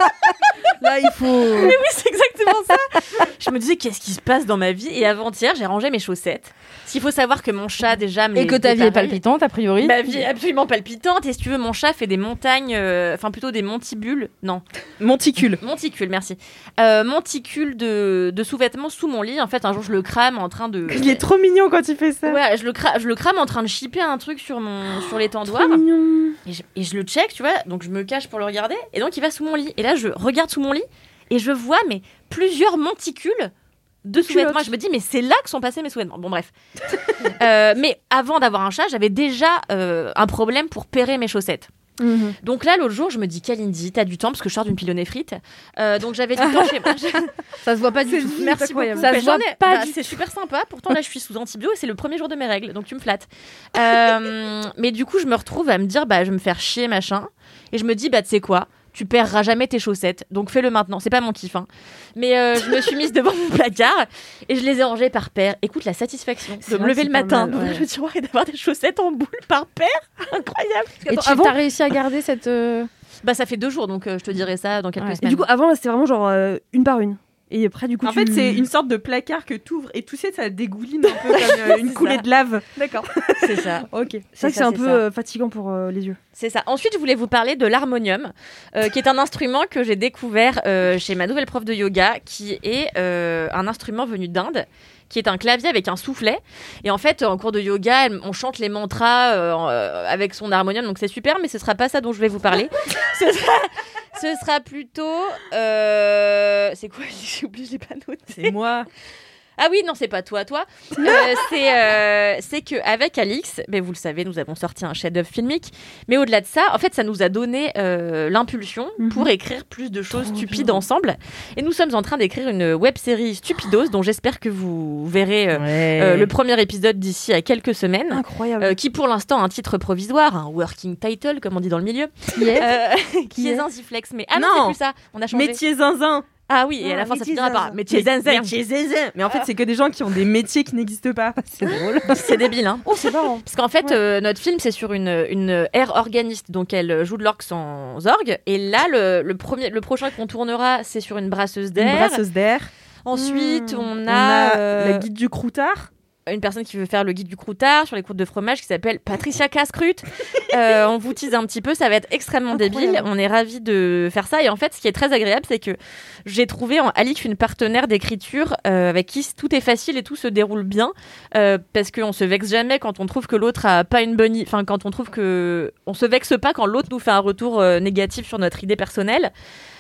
Là, il faut... Oui, c'est exactement ça. Je me disais, qu'est-ce qui se passe dans ma vie? Et avant-hier, j'ai rangé mes chaussettes. Parce qu'il faut savoir que mon chat, déjà, me Et les que ta vie est dépareille. palpitante, a priori. Ma vie est absolument palpitante. Et si tu veux, mon chat fait des montagnes, enfin plutôt des montibules. Non, Monticule. monticules, merci. Monticules de sous-vêtements sous mon lit. En fait, un jour, je le crame en train de. Il est trop mignon quand il fait ça. Ouais, je le crame en train de chipper un truc sur l'étendoir. Mignon. Et je le check, tu vois. Donc, je me cache pour le regarder. Et donc, il va sous mon lit. Et là, je regarde sous mon lit. Et je vois, mais plusieurs monticules de sous-vêtements. Culottes. Je me dis, mais c'est là que sont passés mes sous-vêtements. Bon, bref. Mais avant d'avoir un chat, j'avais déjà un problème pour pairer mes chaussettes. Mhm. Donc là, l'autre jour, je me dis, Kalindi, t'as du temps parce que je sors d'une pile au nez frites. Donc j'avais du temps chez moi. Ça se voit pas du C'est tout. vite, Merci incroyable. beaucoup. Ça se voit J'en ai- pas bah, du c'est super sympa. Pourtant, là, je suis sous antibio et c'est le premier jour de mes règles. Donc tu me flattes. Mais du coup, je me retrouve à me dire, bah, je vais me faire chier, machin. Et je me dis, bah, tu sais quoi? Tu paieras jamais tes chaussettes, donc fais-le maintenant. C'est pas mon kiff, hein. Mais je me suis mise devant mon placard et je les ai rangées par paire. Écoute la satisfaction de C'est me vrai lever que le c'est matin, pas mal, d'ouvrir ouais. le tiroir et d'avoir des chaussettes en boule par paire. Incroyable. Et tu avant- as réussi à garder cette... Bah ça fait 2 jours, donc je te dirai ça dans quelques Ouais. Et semaines. du coup, avant, c'était vraiment genre une par une. Et après, du coup, En fait, c'est une sorte de placard que t'ouvres et tout ça dégouline un peu comme une C'est coulée ça. de lave. D'accord. c'est ça. Ok. C'est vrai que c'est un peu fatigant pour les yeux. C'est ça. Ensuite, je voulais vous parler de l'harmonium, qui est un instrument que j'ai découvert chez ma nouvelle prof de yoga, qui est un instrument venu d'Inde, qui est un clavier avec un soufflet. Et en fait, en cours de yoga, on chante les mantras avec son harmonium, donc c'est super, mais ce sera pas ça dont je vais vous parler. Ce sera plutôt... C'est quoi? J'ai oublié, je l'ai pas noté. C'est moi. Ah oui, non, c'est pas toi. C'est qu'avec Alix, ben vous le savez, nous avons sorti un chef-d'œuvre filmique. Mais au-delà de ça, en fait, ça nous a donné l'impulsion pour écrire plus de choses stupides ensemble. Et nous sommes en train d'écrire une web-série Stupidos, dont j'espère que vous verrez le premier épisode d'ici à quelques semaines. Incroyable. Qui pour l'instant a un titre provisoire, un working title, comme on dit dans le milieu, qui est Zinziflex. Mais ah non, Non. c'est plus ça, on a changé. Métier zinzin. Ah oui, et à la fin ça métier finira par zinzin. métier zinzin. Métier zinzin. Mais en fait, c'est que des gens qui ont des métiers qui n'existent pas. C'est drôle. C'est débile, hein. Oh, c'est marrant. Parce qu'en fait, notre film, c'est sur une air organiste, donc elle joue de l'orgue sans orgue. Et là, le prochain qu'on tournera, c'est sur une brasseuse Une d'air. brasseuse d'air. Ensuite, on On a, a la guide du croutard. une personne qui veut faire le guide du croutard sur les croûtes de fromage qui s'appelle Patricia Cascrute. On vous tease un petit peu, ça va être extrêmement débile. On est ravis de faire ça. Et en fait, ce qui est très agréable, c'est que j'ai trouvé en Alix une partenaire d'écriture avec qui tout est facile et tout se déroule bien. Parce qu'on se vexe jamais quand on trouve que l'autre a pas une bonne idée. Enfin, quand on trouve que. On se vexe pas quand l'autre nous fait un retour négatif sur notre idée personnelle.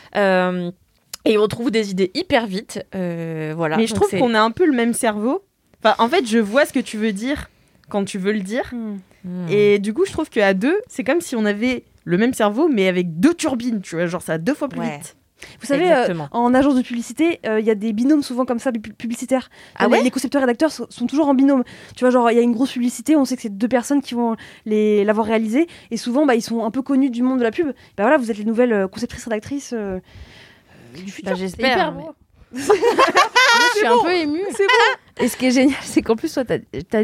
Et on trouve des idées hyper vite. Voilà. Mais je Donc trouve c'est- qu'on a un peu le même cerveau. Enfin, en fait, je vois ce que tu veux dire quand tu veux le dire. Et du coup, je trouve qu'à deux, c'est comme si on avait le même cerveau, mais avec 2 turbines, tu vois. Genre, ça va 2 fois plus Ouais. vite. Vous savez, Exactement. en agence de publicité, il y a des binômes souvent comme ça, publicitaires. Ah ouais Les concepteurs et rédacteurs sont toujours en binôme. Tu vois, genre, il y a une grosse publicité, on sait que c'est 2 personnes qui vont l'avoir réalisée. Et souvent, ils sont un peu connus du monde de la pub. Bah voilà, vous êtes les nouvelles conceptrices, rédactrices du futur. Bah, C'est j'espère. hyper mais- beau. Je suis un peu émue. Et ce qui est génial, c'est qu'en plus, toi, t'as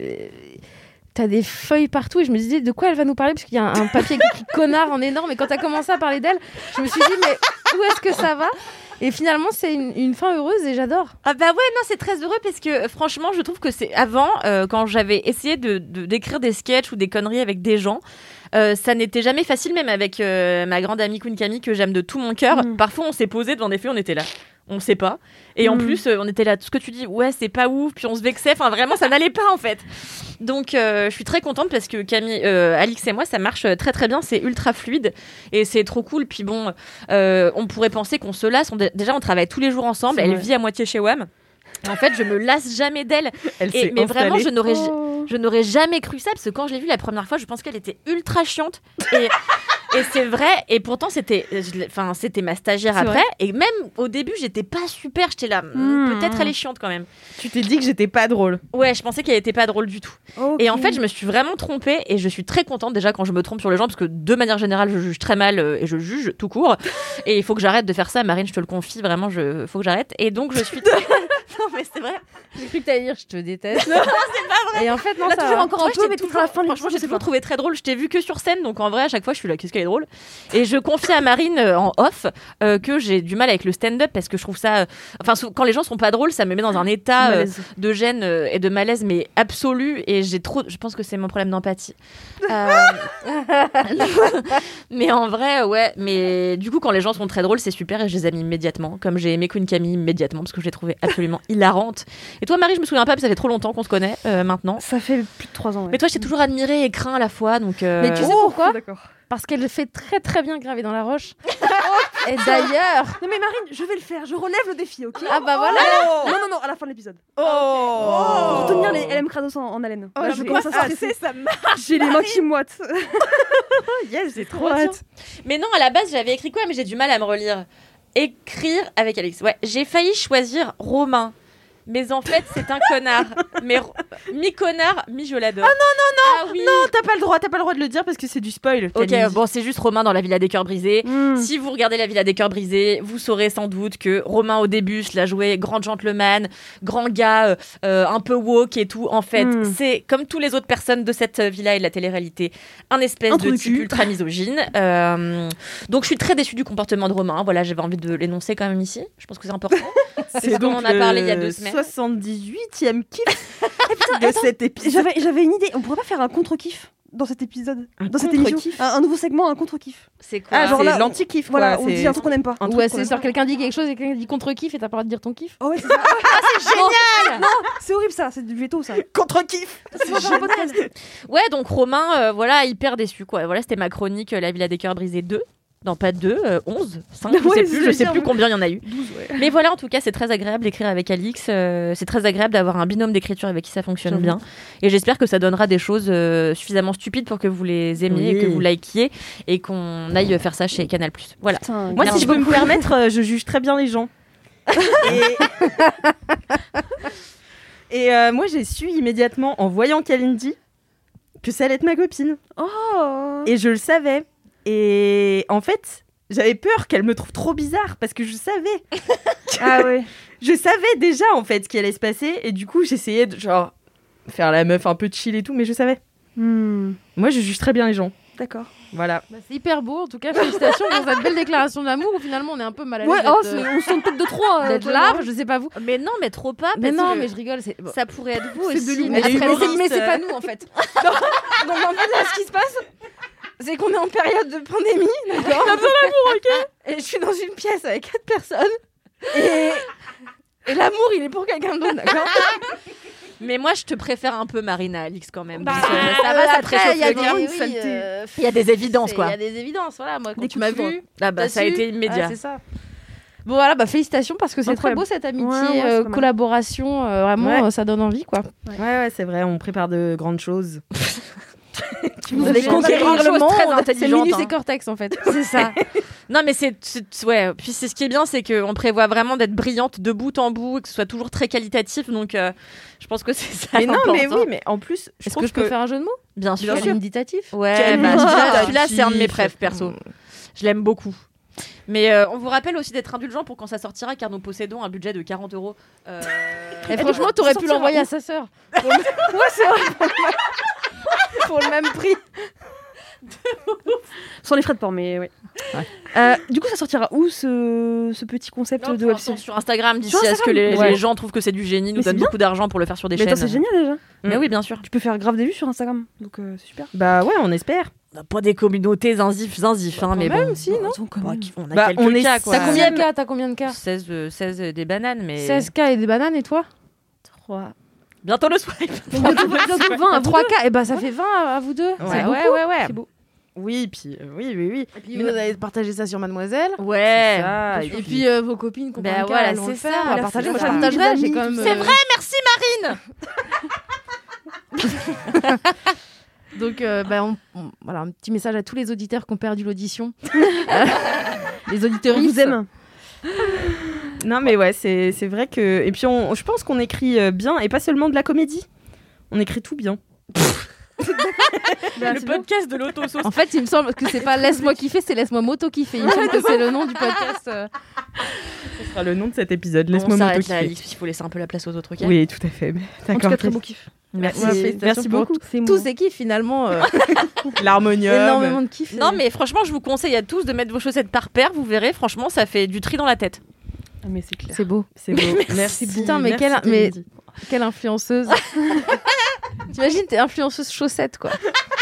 des feuilles partout. Et je me disais, de quoi elle va nous parler? Parce qu'il y a un papier écrit connard en énorme. Et quand t'as commencé à parler d'elle, je me suis dit, mais où est-ce que ça va? Et finalement, c'est une fin heureuse et j'adore. Ah bah ouais, non, c'est très heureux parce que franchement, je trouve que c'est avant, quand j'avais essayé d'écrire des sketchs ou des conneries avec des gens, ça n'était jamais facile, même avec ma grande amie Queen Camille, que j'aime de tout mon cœur. Parfois, on s'est posé devant des feuilles, on était là. On sait pas. Et en plus, on était là, tout ce que tu dis, ouais, c'est pas ouf, puis on se vexait. Enfin, vraiment, ça n'allait pas, en fait. Donc, je suis très contente parce que Camille, Alix et moi, ça marche très, très bien. C'est ultra fluide et c'est trop cool. Puis bon, on pourrait penser qu'on se lasse. Déjà, on travaille tous les jours ensemble. Elle vit à moitié chez WAM. Et en fait, je me lasse jamais d'elle. Mais vraiment, je n'aurais jamais cru ça parce que quand je l'ai vue la première fois, je pense qu'elle était ultra chiante. Et c'est vrai. Et pourtant, c'était ma stagiaire après. Vrai. Et même au début, j'étais pas super. J'étais là, peut-être elle est chiante quand même. Tu t'es dit que j'étais pas drôle. Ouais, je pensais qu'elle était pas drôle du tout. Okay. Et en fait, je me suis vraiment trompée. Et je suis très contente déjà quand je me trompe sur les gens parce que de manière générale, je juge très mal et je juge tout court. Et il faut que j'arrête de faire ça. Marine, je te le confie, vraiment, faut que j'arrête. Et donc, je suis. Non, mais c'est vrai. J'ai cru que t'allais dire je te déteste. Non, c'est pas vrai. Et en fait, non, là, ça toujours va. encore un peu, mais toujours à la fin. Franchement, j'ai toujours trouvé très drôle. Je t'ai vu que sur scène, donc en vrai, à chaque fois, je suis là, qu'est-ce qu'elle est drôle. Et je confie à Marine en off que j'ai du mal avec le stand-up parce que je trouve ça. Enfin, quand les gens sont pas drôles, ça me met dans un état de gêne et de malaise, mais absolu. Et je pense que c'est mon problème d'empathie. Mais en vrai, ouais. Mais du coup, quand les gens sont très drôles, c'est super et je les aime immédiatement. Comme j'ai aimé Queen Camille immédiatement parce que je l'ai trouvée absolument hilarante. Et toi, Marie, je me souviens pas, parce que ça fait trop longtemps qu'on se connaît maintenant. Ça fait plus de 3 ans. Ouais. Mais toi, je t'ai toujours admirée et craint à la fois. Donc, Mais tu sais pourquoi ? Parce qu'elle fait très très bien graver dans la roche. Et d'ailleurs. Non mais Marine, je vais le faire, je relève le défi, ok ? Ah bah voilà. Non, à la fin de l'épisode. Oh. Pour tenir les LM Kratos en haleine. Oh, je commence à stresser, ça marche. J'ai les mains qui moitent. Yes, j'ai trop hâte. Mais non, à la base, j'avais écrit quoi ? Mais j'ai du mal à me relire. Écrire avec Alix. Ouais, j'ai failli choisir Romain. Mais en fait, c'est un connard. Mais mi-connard, mi-je l'adore. Ah non, t'as pas le droit de le dire parce que c'est du spoil. Ok, bon, c'est juste Romain dans La Villa des Cœurs Brisés. Si vous regardez La Villa des Cœurs Brisés, vous saurez sans doute que Romain, au début, je l'ai joué grand gentleman, grand gars, un peu woke et tout. En fait, c'est comme tous les autres personnes de cette villa et de la télé-réalité, un espèce de type ultra misogyne. Donc, je suis très déçue du comportement de Romain. Voilà, j'avais envie de l'énoncer quand même ici. Je pense que c'est important. C'est donc on en a parlé il y a 2 semaines. 78e kiff de cet épisode. J'avais une idée, on pourrait pas faire un contre-kiff dans cet épisode, dans cette émission, un nouveau segment, un contre-kiff. C'est quoi ? Genre là, l'anti-kiff, quoi. Voilà, on dit un truc qu'on aime pas. Ouais, c'est genre quelqu'un dit quelque chose et quelqu'un dit contre-kiff et t'as pas le droit de dire ton kiff. Oh ouais, c'est ça. c'est génial. Non, c'est horrible ça, c'est du veto ça. Contre-kiff. Ouais, donc Romain, voilà, hyper déçu, quoi. Voilà, c'était ma chronique La Villa des Cœurs Brisés 2. Non, pas 2, 11, 5, je sais plus combien il y en a eu. 12, ouais. Mais voilà, en tout cas, c'est très agréable d'écrire avec Alix. C'est très agréable d'avoir un binôme d'écriture avec qui ça fonctionne bien. Et j'espère que ça donnera des choses suffisamment stupides pour que vous les aimiez, que vous likiez et qu'on aille faire ça chez Canal+. Voilà. Putain, moi, si je peux me permettre, je juge très bien les gens. Et moi, j'ai su immédiatement, en voyant Kalindi, que ça allait être ma copine. Oh. Et je le savais. Et en fait, j'avais peur qu'elle me trouve trop bizarre parce que je savais. Ah ouais. Je savais déjà en fait ce qui allait se passer et du coup, j'essayais de genre faire la meuf un peu chill et tout, mais je savais. Moi, je juge très bien les gens. D'accord. Voilà. Bah, c'est hyper beau, en tout cas, félicitations pour cette belle déclaration d'amour où finalement on est un peu mal à l'aise. Ouais, on se sent peut-être de trop. D'être là, je sais pas vous. Mais non, mais trop pas. Mais non, mais je rigole. Ça pourrait être vous c'est aussi. De mais c'est pas nous en fait. Donc en fait, là, ce qui se passe, c'est qu'on est en période de pandémie, d'accord ? On a besoin d'amour, ok ? Et je suis dans une pièce avec 4 personnes. Et l'amour, il est pour quelqu'un d'autre, d'accord ? Mais moi, je te préfère un peu Marina, Alix, quand même. Bah, ça va, ça te réchauffe le cœur. Il y a des évidences, quoi. Il y a des évidences, voilà. Moi, quand tu m'as vu, ça a été immédiat. C'est ça. Bon, voilà, félicitations parce que c'est très beau cette amitié, collaboration. Vraiment, ça donne envie, quoi. Ouais, c'est vrai, on prépare de grandes choses. Vous allez conquérir le monde. C'est Minus et Cortex, en fait. C'est ça. Non, mais ouais. Puis ce qui est bien, c'est qu'on prévoit vraiment d'être brillante de bout en bout et que ce soit toujours très qualitatif. Donc, je pense que c'est ça. Mais non, mais oui, mais en plus, est-ce que je peux faire un jeu de mots ? Bien sûr. Méditatif. Ouais. Celui-là, c'est un de mes préfs perso. Je l'aime beaucoup. Mais on vous rappelle aussi d'être indulgent pour quand ça sortira, car nous possédons un budget de 40 €. Et franchement, t'aurais pu l'envoyer à sa sœur. Ouais, c'est vrai. Pour le même prix. Sans les frais de port, mais ouais. Du coup, ça sortira où ce petit concept de web-série ? Sur Instagram, d'ici à ce que les gens trouvent que c'est du génie, nous donnent beaucoup d'argent pour le faire sur des chaînes. Mais attends, c'est génial déjà. Mais oui, bien sûr. Tu peux faire grave des vues sur Instagram, donc c'est super. Bah ouais, on espère. On n'a pas des communautés zinzif, mais même, bon. si, non On a quelques cas, quoi. T'as combien de cas 16 des bananes, mais... 16 cas et des bananes, et toi 3. Bientôt le swipe. Bientôt 20 à 3 cas, et bah ça fait 20 à vous deux. Ouais. C'est beau. Oui, puis oui. Et puis vous allez partager ça sur Mademoiselle. Ouais. C'est ça, Et puis vos copines, combien de cas voilà, elles vont c'est le faire. ça, On va là, partager. c'est Moi, je ça. partagerai. J'ai quand même. C'est vrai, merci Marine. Donc, voilà, un petit message à tous les auditeurs qui ont perdu l'audition. Les auditeurs, On vous aime. Non, mais ouais, c'est vrai que. Et puis, je pense qu'on écrit bien, et pas seulement de la comédie. On écrit tout bien. Le podcast de l'auto-sauce. En fait, il me semble que c'est pas Laisse-moi kiffer, c'est Laisse-moi moto-kiffer. Il me semble que c'est le nom du podcast. Ce sera le nom de cet épisode. On Laisse-moi s'arrête là, moto-kiffer. Alix, il faut laisser un peu la place aux autres, ok? Oui, tout à fait. En tout cas, très beau kiff. Merci. Merci beaucoup. Tous ces kiffs, finalement. L'harmonium. Énormément de kiffs. Non, mais franchement, je vous conseille à tous de mettre vos chaussettes par paire. Vous verrez, franchement, ça fait du tri dans la tête. Ah, mais c'est clair. C'est beau. C'est beau. Merci. Putain, mais quelle influenceuse. T'imagines, t'es influenceuse chaussettes, quoi.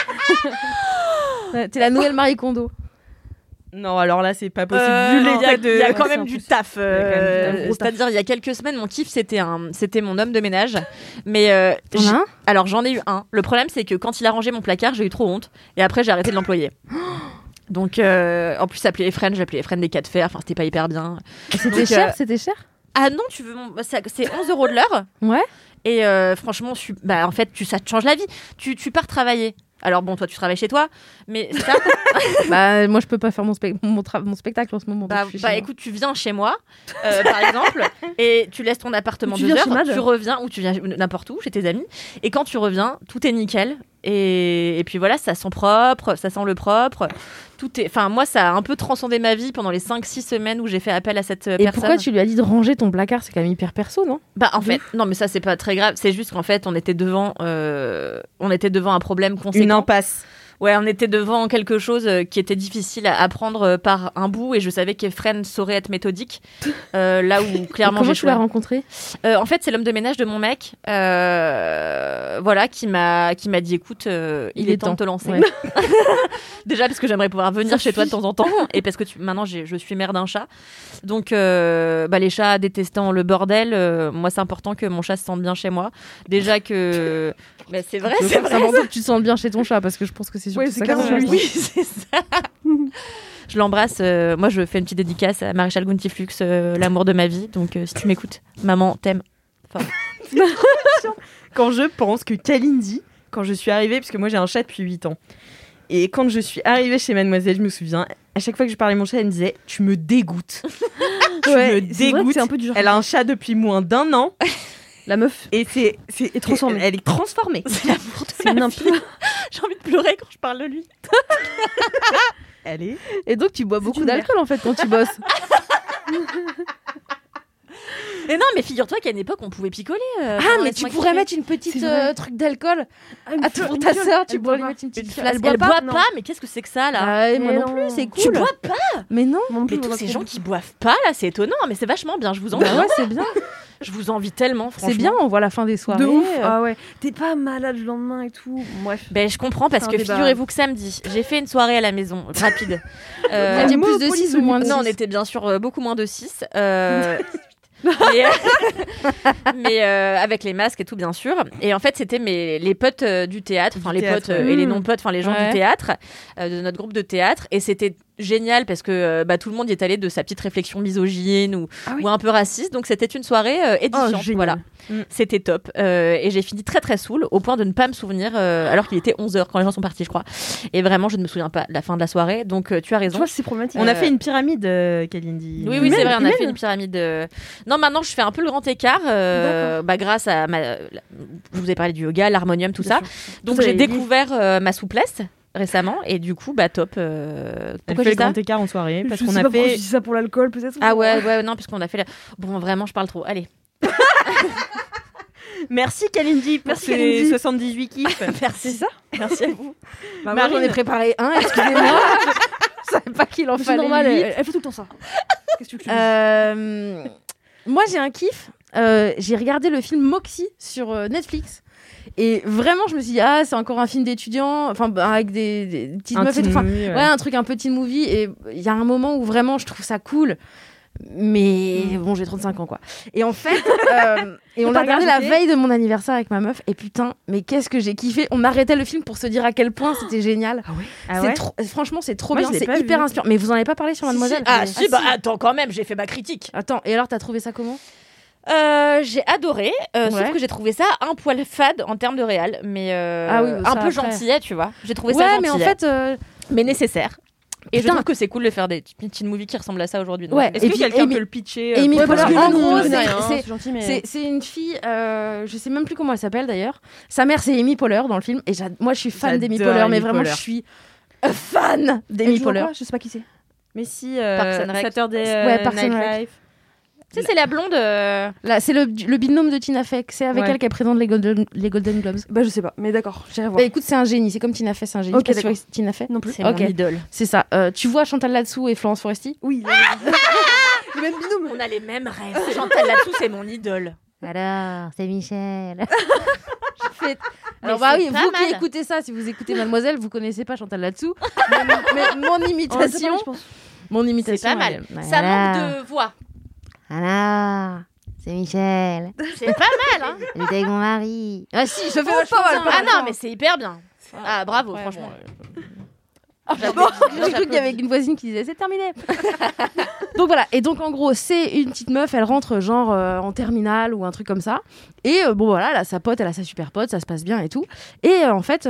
Ouais, t'es la nouvelle Marie Kondo. Non, alors là, c'est pas possible. Vu les Il y a quand Ouais, même c'est du taf. gros taf. C'est-à-dire, il y a quelques semaines, mon kiff, c'était mon homme de ménage. Mais T'en as un alors, j'en ai eu un. Le problème, c'est que quand il a rangé mon placard, j'ai eu trop honte. Et après, j'ai arrêté de l'employer. Donc, en plus, j'appelais les Fresnes des 4 fers. Enfin, c'était pas hyper bien. C'était cher, c'était cher. Ah non, tu veux c'est 11 € de l'heure. Ouais. Et franchement, en fait, ça te change la vie. Tu pars travailler. Alors bon, toi, tu travailles chez toi, mais c'est ça. Moi, je peux pas faire mon spectacle en ce moment. Donc je suis chez moi. Écoute, tu viens chez moi, par exemple, et tu laisses ton appartement 2 heures, tu reviens, ou tu viens n'importe où, chez tes amis, et quand tu reviens, tout est nickel. Et puis voilà, ça sent propre, ça sent le propre. Moi, ça a un peu transcendé ma vie pendant les 5-6 semaines où j'ai fait appel à cette personne. Et pourquoi tu lui as dit de ranger ton placard? C'est quand même hyper perso, non? En fait, non, mais ça, c'est pas très grave. C'est juste qu'en fait, on était devant un problème conséquent. Une impasse. Ouais, on était devant quelque chose qui était difficile à prendre par un bout, et je savais qu'Efren saurait être méthodique. Là où clairement. Comment tu l'as rencontré? En fait, c'est l'homme de ménage de mon mec, voilà, qui m'a dit, écoute, il est temps de te lancer. Ouais. Déjà parce que j'aimerais pouvoir venir chez toi de temps en temps, et parce que maintenant je suis mère d'un chat. Donc les chats détestant le bordel, moi c'est important que mon chat se sente bien chez moi. Déjà que mais c'est vrai, c'est important que tu te sentes bien chez ton chat, parce que je pense que c'est surtout ça. Oui, c'est ça. Je l'embrasse. Moi, je fais une petite dédicace à Maréchal Guntiflux, l'amour de ma vie. Donc, si tu m'écoutes, maman, t'aime. Enfin... Quand je pense que Kalindi, quand je suis arrivée, parce que moi j'ai un chat depuis 8 ans, et quand je suis arrivée chez Mademoiselle, je me souviens, à chaque fois que je parlais à mon chat, elle me disait « Tu me dégoûtes. » Tu me dégoûtes. C'est un peu dur. Elle a un chat depuis moins d'1 an. La meuf est transformée. Elle est transformée. C'est l'amour de ma vie. J'ai envie de pleurer quand je parle de lui. Elle est. Et donc tu bois beaucoup d'alcool en fait quand tu bosses. Et non, mais figure-toi qu'à une époque on pouvait picoler. Mais tu pourrais mettre une petite truc d'alcool pour ta sœur. Tu pourrais lui mettre une petite flasque. Elle boit pas, mais qu'est-ce que c'est que ça là? Moi non plus, c'est cool. Tu bois pas? Mais non. Mais tous ces gens qui boivent pas là, c'est étonnant, mais c'est vachement bien. Je vous envie. Ouais, c'est bien. Je vous envie tellement, franchement. C'est bien, on voit la fin des soirées. De ouf. Ah ouais. T'es pas malade le lendemain et tout. Bref. Je comprends parce que figurez-vous que samedi, j'ai fait une soirée à la maison, rapide. Vous aviez plus de 6 ou moins de 6? Non, on était bien sûr beaucoup moins de 6. mais avec les masques et tout, bien sûr. Et en fait, c'était les potes du théâtre, enfin les potes et les non-potes, enfin les gens du théâtre, de notre groupe de théâtre. Et c'était génial parce que tout le monde y est allé de sa petite réflexion misogyne ou un peu raciste. Donc c'était une soirée édifiante. Voilà. C'était top. Et j'ai fini très très saoul au point de ne pas me souvenir alors qu'il était 11h quand les gens sont partis, je crois. Et vraiment, je ne me souviens pas de la fin de la soirée. Donc tu as raison. Tu vois, c'est problématique. On a fait une pyramide, Kalindi. Oui, c'est vrai, on a fait une pyramide. Non, maintenant je fais un peu le grand écart grâce à je vous ai parlé du yoga, l'harmonium, tout ça. Donc j'ai découvert ma souplesse récemment, et du coup top. Pourquoi fait le grand écart en soirée parce qu'on a fait ça pour l'alcool peut-être. Ah ouais non, puisqu'on a fait bon, vraiment je parle trop, allez. Merci Kalindi pour ces 78 kiffs. Merci. C'est ça. Merci à vous. Moi j'en ai préparé un, excusez-moi. Je savais pas qu'il en fallait. C'est normal, elle fait tout le temps ça. Qu'est-ce que tu veux? Moi j'ai un kiff. J'ai regardé le film Moxie sur Netflix. Et vraiment, je me suis dit, c'est encore un film d'étudiants, enfin, avec des petites meufs et tout. Enfin, un truc un peu teen movie. Et il y a un moment où vraiment, je trouve ça cool. Mais bon, j'ai 35 ans, quoi. Et en fait, et on l'a regardé la veille de mon anniversaire avec ma meuf. Et putain, mais qu'est-ce que j'ai kiffé. On arrêtait le film pour se dire à quel point c'était génial. Franchement, c'est trop bien. C'est hyper inspirant. Mais vous en avez pas parlé sur Mademoiselle? Attends, quand même, j'ai fait ma critique. Attends, et alors, t'as trouvé ça comment? J'ai adoré, sauf que j'ai trouvé ça un poil fade en termes de réal, mais un peu gentillet, tu vois. J'ai trouvé ça gentillet. Mais en fait, mais nécessaire. Et je trouve que c'est cool de faire des teen movies qui ressemblent à ça aujourd'hui. Ouais. Est-ce que quelqu'un peut le pitcher? Amy Poehler, en gros, c'est une fille, je sais même plus comment elle s'appelle d'ailleurs. Sa mère, c'est Amy Poehler dans le film. Et moi, je suis fan d'Amy Poehler, mais vraiment, je suis fan d'Amy Poehler. Je sais pas qui c'est. Mais si, Saturday Night Live. Tu sais, c'est la blonde. Là, c'est le binôme de Tina Fey. C'est avec elle qu'elle présente les Golden Globes. Bah, je sais pas, mais d'accord, j'irai voir. Bah, écoute, c'est un génie. C'est comme Tina Fey, c'est un génie. Ok, d'accord. Tina Fey non plus. C'est mon idole. C'est ça. Tu vois Chantal Latsou et Florence Foresti? Oui. Le même binôme. On a les mêmes rêves. Chantal Latsou, c'est mon idole. Alors, c'est Michel. Alors bah oui, vous qui écoutez ça, si vous écoutez Mademoiselle, vous connaissez pas Chantal Latsou. mais mon imitation, c'est pas mal. Ça manque de voix. Alors, c'est Michel. C'est pas mal, hein. J'étais avec mon mari. Ah si, je fais vachement bien. Ah non, mais c'est hyper bien. Ah bravo, franchement. J'ai cru qu'il y avait une voisine qui disait c'est terminé. Donc voilà, et donc en gros c'est une petite meuf, elle rentre genre en terminale ou un truc comme ça, et bon voilà, là, sa pote, elle a sa super pote, ça se passe bien et tout, et en fait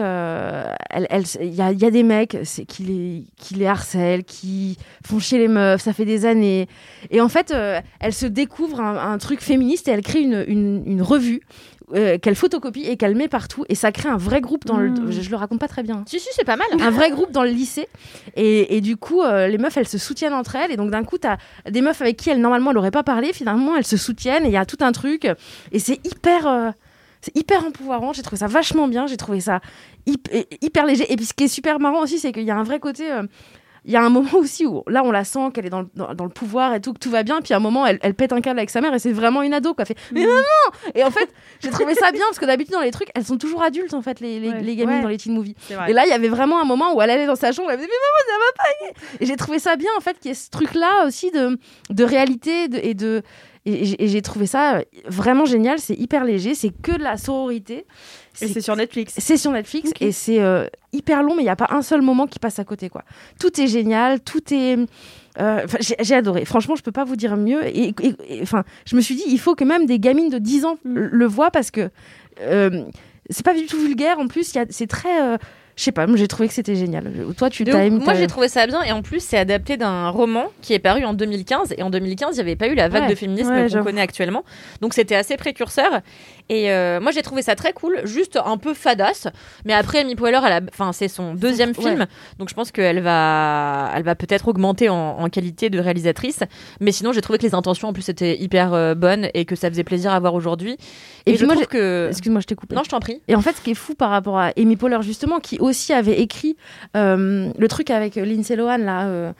il y a des mecs qui les harcèlent, qui font chier les meufs, ça fait des années, et en fait elle se découvre un truc féministe et elle crée une revue qu'elle photocopie et qu'elle met partout, et ça crée un vrai groupe dans je le raconte pas très bien. Si, c'est pas mal. Un vrai groupe dans le lycée, et du coup les meufs elles se soutiennent entre elles, et donc d'un coup t'as des meufs avec qui normalement elle aurait pas parlé, finalement elles se soutiennent, et il y a tout un truc, et c'est hyper empouvoirant. J'ai trouvé ça vachement bien, j'ai trouvé ça hyper léger, et puis ce qui est super marrant aussi, c'est qu'il y a un vrai côté il y a un moment aussi où là on la sent qu'elle est dans le pouvoir et tout, que tout va bien, puis à un moment elle pète un câble avec sa mère, et c'est vraiment une ado quoi, fait mais maman, et en fait j'ai trouvé ça bien parce que d'habitude dans les trucs elles sont toujours adultes en fait, les gamines dans les teen movies, et là il y avait vraiment un moment où elle allait dans sa chambre, elle me disait mais maman ça va pas, et j'ai trouvé ça bien en fait qu'il y ait ce truc là aussi de réalité et j'ai trouvé ça vraiment génial. C'est hyper léger, c'est que de la sororité. Et c'est sur Netflix. C'est sur Netflix, okay. Et c'est hyper long, mais il n'y a pas un seul moment qui passe à côté, quoi. Tout est génial, tout est... j'ai adoré. Franchement, je ne peux pas vous dire mieux. Et je me suis dit, il faut que même des gamines de 10 ans le voient, parce que c'est pas du tout vulgaire. En plus, c'est très... je sais pas, moi j'ai trouvé que c'était génial. Toi, tu t'as aimé? Moi j'ai trouvé ça bien, et en plus c'est adapté d'un roman qui est paru en 2015, et en 2015 il n'y avait pas eu la vague de féminisme qu'on connaît actuellement, donc c'était assez précurseur, et moi j'ai trouvé ça très cool, juste un peu fadasse, mais après Amy Poehler c'est son deuxième film, donc je pense qu'elle va peut-être augmenter en qualité de réalisatrice, mais sinon j'ai trouvé que les intentions en plus étaient hyper bonnes, et que ça faisait plaisir à voir aujourd'hui. Et je trouve que... Excuse-moi, je t'ai coupé. Non, je t'en prie. Et en fait ce qui est fou par rapport à Amy Poehler justement, qui aussi avait écrit le truc avec Lindsay Lohan là,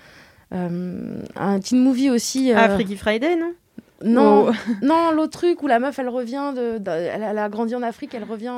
un teen movie aussi. Freaky Friday, non? Non, non, l'autre truc où la meuf elle revient elle a grandi en Afrique, elle revient.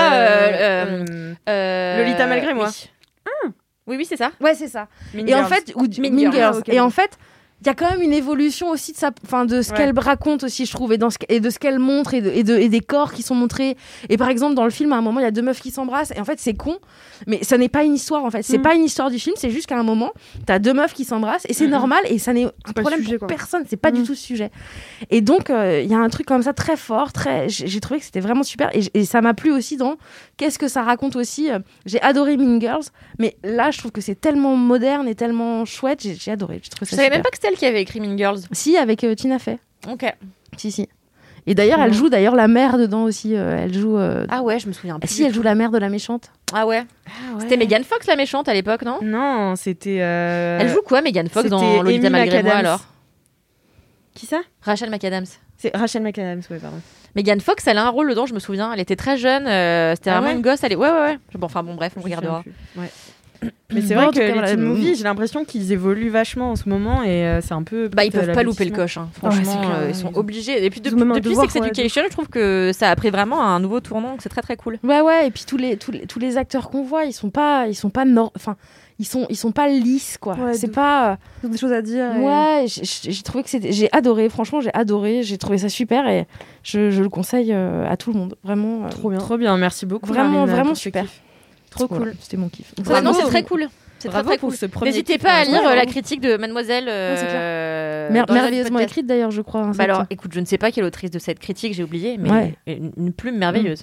Lolita malgré moi. Oui, c'est ça. Ouais, c'est ça. Mean et Girls. en fait, Mean Girls. Et en fait, il y a quand même une évolution aussi de ce qu'elle raconte aussi, je trouve, et de ce qu'elle montre, et des corps qui sont montrés. Et par exemple, dans le film, à un moment, il y a deux meufs qui s'embrassent, et en fait, c'est con, mais ça n'est pas une histoire, en fait. C'est pas une histoire du film, c'est juste qu'à un moment, t'as deux meufs qui s'embrassent, et c'est normal, et ça n'est un problème pour personne, c'est pas du tout le sujet. Et donc, il y a un truc comme ça très fort, j'ai trouvé que c'était vraiment super, et ça m'a plu aussi dans qu'est-ce que ça raconte aussi. J'ai adoré Mean Girls, mais là, je trouve que c'est tellement moderne et tellement chouette, j'ai adoré. Je savais même pas que c'était elle qui avait écrit Mean Girls. Si, avec Tina Fey. Ok. Si. Et d'ailleurs, elle joue la mère dedans aussi. Elle joue. Ah ouais, je me souviens plus. Si, elle joue la mère de la méchante. Ah ouais. C'était Megan Fox la méchante à l'époque, non? Non, c'était. Elle joue quoi, Megan Fox, dans Lolita malgré moi, alors? Qui ça? Rachel McAdams. C'est Rachel McAdams, ouais, pardon. Megan Fox, elle a un rôle dedans, je me souviens. Elle était très jeune. C'était vraiment une gosse. Ouais. Bon, enfin bon, bref, on regardera. Ouais. Mais c'est vrai que les teen movies, j'ai l'impression qu'ils évoluent vachement en ce moment et c'est un peu. Ils peuvent pas louper le coche. Hein. Franchement, ils sont obligés. Et puis depuis Sex Education, je trouve que ça a pris vraiment un nouveau tournant. Donc c'est très très cool. Ouais. Et puis tous les acteurs qu'on voit, ils sont pas ils sont pas lisses quoi. Ouais, c'est pas. Ils ont des choses à dire. Ouais, j'ai trouvé que j'ai adoré. Franchement, j'ai adoré. J'ai trouvé ça super et je le conseille à tout le monde. Vraiment. Trop bien. Merci beaucoup. Vraiment super. Trop cool. C'était mon kiff. Donc, non, c'est très cool. C'est très cool. N'hésitez pas à lire la critique de Mademoiselle. Merveilleusement écrite d'ailleurs, je crois. Alors, écoute, je ne sais pas quelle autrice de cette critique, j'ai oublié, mais une plume merveilleuse.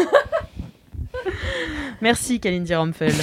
Merci, Kalindi Ramphel.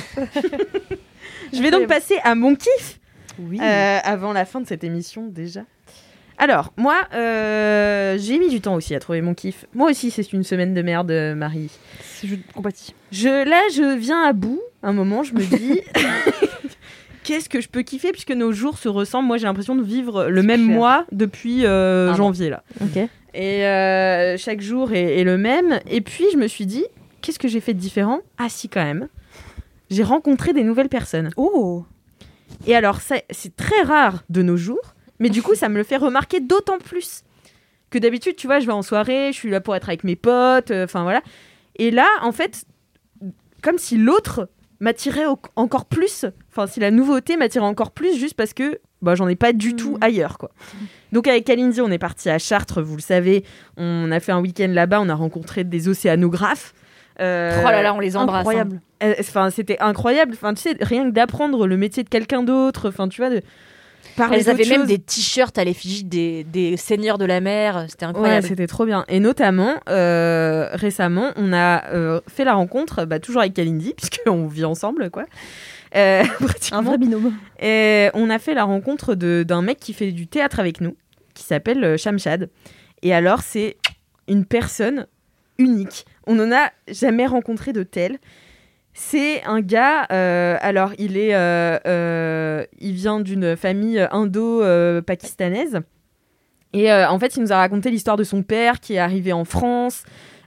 Je vais donc passer à mon kiff. Oui. Avant la fin de cette émission déjà. Alors, moi, j'ai mis du temps aussi à trouver mon kiff. Moi aussi, c'est une semaine de merde, Marie. Je compatis. Je viens à bout. Un moment, je me dis, qu'est-ce que je peux kiffer puisque nos jours se ressemblent. Moi, j'ai l'impression de vivre le même mois depuis janvier là. Okay. Et chaque jour est le même. Et puis, je me suis dit, qu'est-ce que j'ai fait de différent ? Ah si, quand même. J'ai rencontré des nouvelles personnes. Oh. Et alors, c'est très rare de nos jours. Mais du coup, ça me le fait remarquer d'autant plus que d'habitude, tu vois, je vais en soirée, je suis là pour être avec mes potes, enfin voilà. Et là, en fait, comme si l'autre m'attirait encore plus, enfin si la nouveauté m'attirait encore plus juste parce que j'en ai pas du tout ailleurs, quoi. Donc avec Kalindi, on est parti à Chartres, vous le savez, on a fait un week-end là-bas, on a rencontré des océanographes. Oh là là, on les embrasse. Incroyable. Enfin, c'était incroyable. Enfin, tu sais, rien que d'apprendre le métier de quelqu'un d'autre, enfin, tu vois, elles avaient même des t-shirts à l'effigie des seigneurs de la mer. C'était incroyable. Ouais, c'était trop bien. Et notamment, récemment, on a fait la rencontre, toujours avec Kalindi, puisqu'on vit ensemble, quoi. Un vrai binôme. Et on a fait la rencontre d'un mec qui fait du théâtre avec nous, qui s'appelle Shamshad. Et alors, c'est une personne unique. On n'en a jamais rencontré de tel. C'est un gars, alors il vient d'une famille indo-pakistanaise et en fait il nous a raconté l'histoire de son père qui est arrivé en France,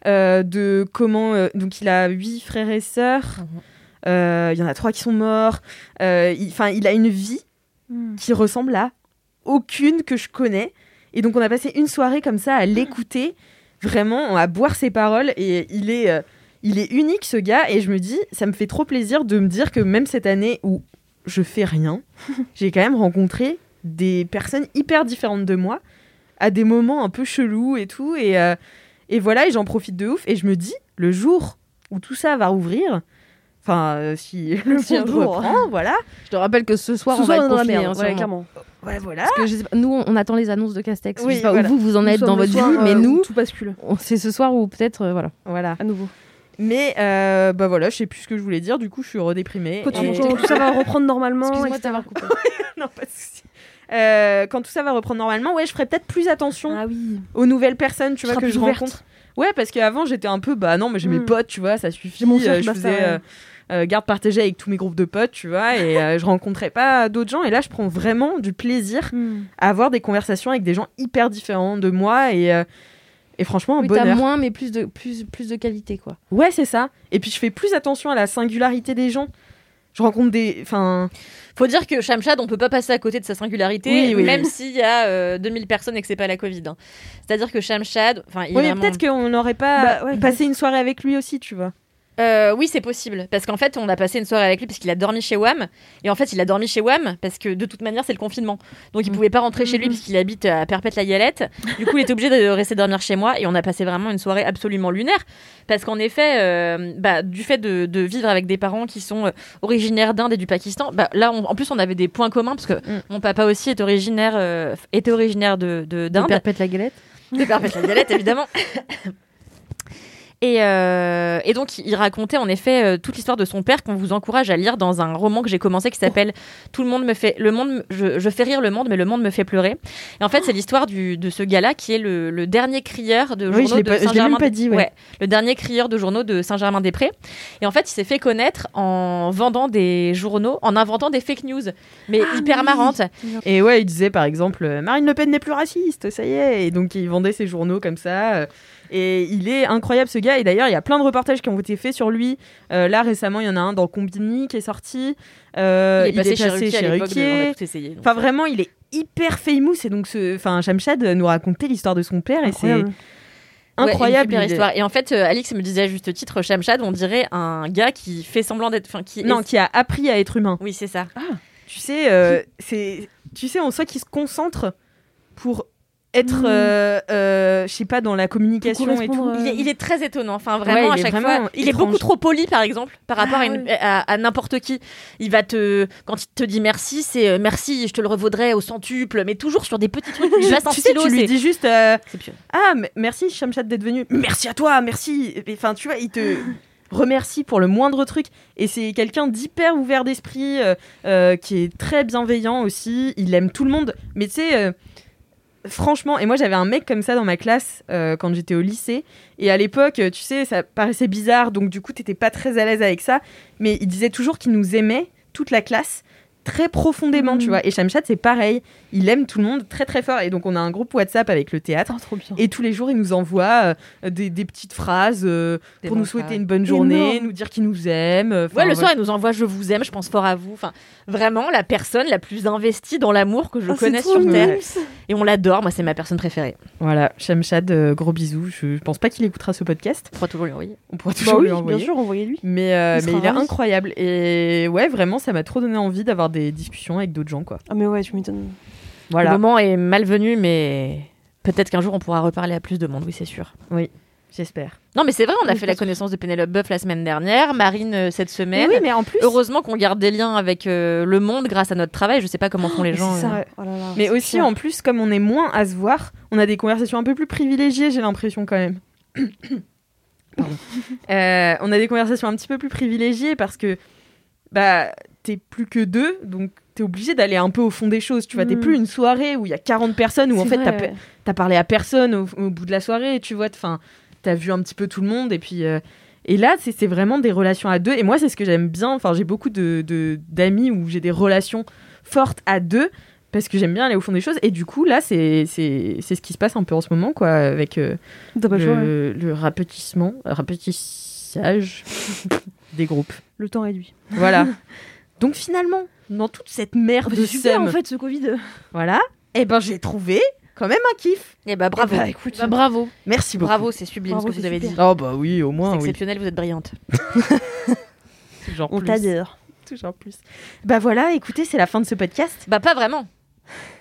de comment, donc il a 8 frères et sœurs, il y en a 3 qui sont morts, il a une vie qui ressemble à aucune que je connais et donc on a passé une soirée comme ça à l'écouter, vraiment à boire ses paroles et il est unique ce gars et je me dis, ça me fait trop plaisir de me dire que même cette année où je fais rien, j'ai quand même rencontré des personnes hyper différentes de moi à des moments un peu chelous et tout et voilà et j'en profite de ouf et je me dis, le jour où tout ça va rouvrir, enfin si le monde reprend, voilà. Je te rappelle que ce soir on va être confinés, ouais, clairement. Ouais, voilà. Parce que je sais pas, nous on attend les annonces de Castex. Oui, je sais pas voilà. où vous en êtes dans votre vie, mais nous tout bascule. C'est ce soir où peut-être voilà. À nouveau. Mais voilà, je sais plus ce que je voulais dire, du coup je suis redéprimée. Quand tout ça va reprendre normalement. Excuse-moi de t'avoir coupé. Non, pas de souci. Quand tout ça va reprendre normalement, ouais, je ferai peut-être plus attention aux nouvelles personnes, tu vois, que je rencontre. Ouais, parce qu'avant j'étais un peu, non, mais j'ai mes potes, tu vois, ça suffit. J'ai mon cercle, je faisais garde partagée avec tous mes groupes de potes, tu vois, et je rencontrais pas d'autres gens. Et là, je prends vraiment du plaisir à avoir des conversations avec des gens hyper différents de moi et franchement, un bonheur. T'as moins, mais plus de qualité, quoi. Ouais, c'est ça. Et puis, je fais plus attention à la singularité des gens. Je rencontre Faut dire que Shamshad, on peut pas passer à côté de sa singularité, même s'il y a 2000 personnes et que c'est pas la Covid. Hein. C'est-à-dire que Shamshad... Oui, mais peut-être qu'on n'aurait pas passé une soirée avec lui aussi, tu vois. Oui, c'est possible. Parce qu'en fait, on a passé une soirée avec lui parce qu'il a dormi chez WAM. Et en fait, il a dormi chez WAM parce que de toute manière, c'est le confinement. Donc, il pouvait pas rentrer chez lui parce qu'il habite à Perpète-la-Galette. Du coup, il était obligé de rester dormir chez moi. Et on a passé vraiment une soirée absolument lunaire. Parce qu'en effet, du fait de vivre avec des parents qui sont originaires d'Inde et du Pakistan, là, en plus, on avait des points communs parce que mon papa aussi était originaire d'Inde. De Perpète-la-Galette. De Perpète-la-Galette, évidemment. Et donc, il racontait en effet toute l'histoire de son père qu'on vous encourage à lire dans un roman que j'ai commencé qui s'appelle Tout le monde me fait... Je fais rire le monde, mais le monde me fait pleurer. Et en fait, c'est l'histoire de ce gars-là qui est le dernier crieur de journaux de Saint-Germain. Le dernier crieur de journaux de Saint-Germain-des-Prés. Et en fait, il s'est fait connaître en vendant des journaux, en inventant des fake news, mais hyper marrantes. Et ouais, il disait par exemple Marine Le Pen n'est plus raciste, ça y est. Et donc, il vendait ses journaux comme ça. Et il est incroyable ce gars. Et d'ailleurs, il y a plein de reportages qui ont été faits sur lui. Là, récemment, il y en a un dans Combini qui est sorti. Il est passé chez Ruquier. On a tout essayé. Enfin, vraiment, il est hyper famous. Et donc, Shamshad nous racontait l'histoire de son père. Incroyable. Et c'est incroyable. Une super histoire. Et en fait, Alix me disait à juste titre, Shamshad, on dirait un gars qui fait semblant d'être... qui a appris à être humain. Oui, c'est ça. Tu sais, on sent qu'il se concentre pour être, je sais pas, dans la communication et tout. Il est très étonnant. Enfin, vraiment, à chaque fois. Il est beaucoup trop poli, par exemple, par rapport à n'importe qui. Quand il te dit merci, c'est merci, je te le revaudrai au centuple, mais toujours sur des petits trucs. Il va tu sais, tu lui dis juste merci Shamshad d'être venu. Merci à toi, merci. Enfin, tu vois, il te remercie pour le moindre truc. Et c'est quelqu'un d'hyper ouvert d'esprit, qui est très bienveillant aussi. Il aime tout le monde. Mais tu sais... franchement, et moi j'avais un mec comme ça dans ma classe quand j'étais au lycée, et à l'époque, tu sais, ça paraissait bizarre, donc du coup t'étais pas très à l'aise avec ça, mais il disait toujours qu'il nous aimait, toute la classe, très profondément, tu vois. Et Shamshad, c'est pareil, il aime tout le monde très très fort, et donc on a un groupe WhatsApp avec le théâtre, trop bien. Et tous les jours il nous envoie des petites phrases pour nous souhaiter une bonne journée, nous dire qu'il nous aime. Le soir il nous envoie je vous aime, je pense fort à vous. Enfin, vraiment la personne la plus investie dans l'amour que je connaisse sur Terre. Et on l'adore, moi c'est ma personne préférée. Voilà, Shamshad, gros bisous. Je pense pas qu'il écoutera ce podcast. On pourra toujours lui envoyer. Lui envoyer. Bien sûr, envoyez-lui. Mais il est incroyable. Et ouais, vraiment, ça m'a trop donné envie d'avoir des discussions avec d'autres gens, quoi. Ah mais ouais, tu m'étonnes. Voilà. Le moment est malvenu, mais peut-être qu'un jour on pourra reparler à plus de monde, oui c'est sûr. Oui, j'espère. Non mais c'est vrai, on a fait la connaissance de Pénélope Boeuf la semaine dernière, Marine cette semaine. Mais oui, mais en plus... Heureusement qu'on garde des liens avec le monde grâce à notre travail, je sais pas comment font les gens. C'est ça. Ouais. Oh là là, mais aussi en plus, comme on est moins à se voir, on a des conversations un peu plus privilégiées, j'ai l'impression quand même. Pardon. On a des conversations un petit peu plus privilégiées parce que t'es plus que deux, donc t'es obligé d'aller un peu au fond des choses, tu vois. T'es plus une soirée où il y a 40 personnes, où en fait t'as parlé à personne au bout de la soirée, tu vois. Enfin, t'as vu un petit peu tout le monde, et puis et là c'est vraiment des relations à deux, et moi c'est ce que j'aime bien. Enfin, j'ai beaucoup d'amis où j'ai des relations fortes à deux parce que j'aime bien aller au fond des choses, et du coup là c'est ce qui se passe un peu en ce moment, quoi, avec le rapetissage des groupes. Le temps réduit. Voilà. Donc finalement, dans toute cette merde de super seum, en fait ce Covid. Voilà. Et j'ai trouvé quand même un kiff. Et bravo. Écoute, bravo. Merci beaucoup. Bravo, c'est sublime ce que vous avez dit. Oh oui, au moins. C'est exceptionnel, vous êtes brillante. Toujours on plus. t'adore. Toujours plus. Voilà, écoutez, c'est la fin de ce podcast. Pas vraiment. Pourquoi ?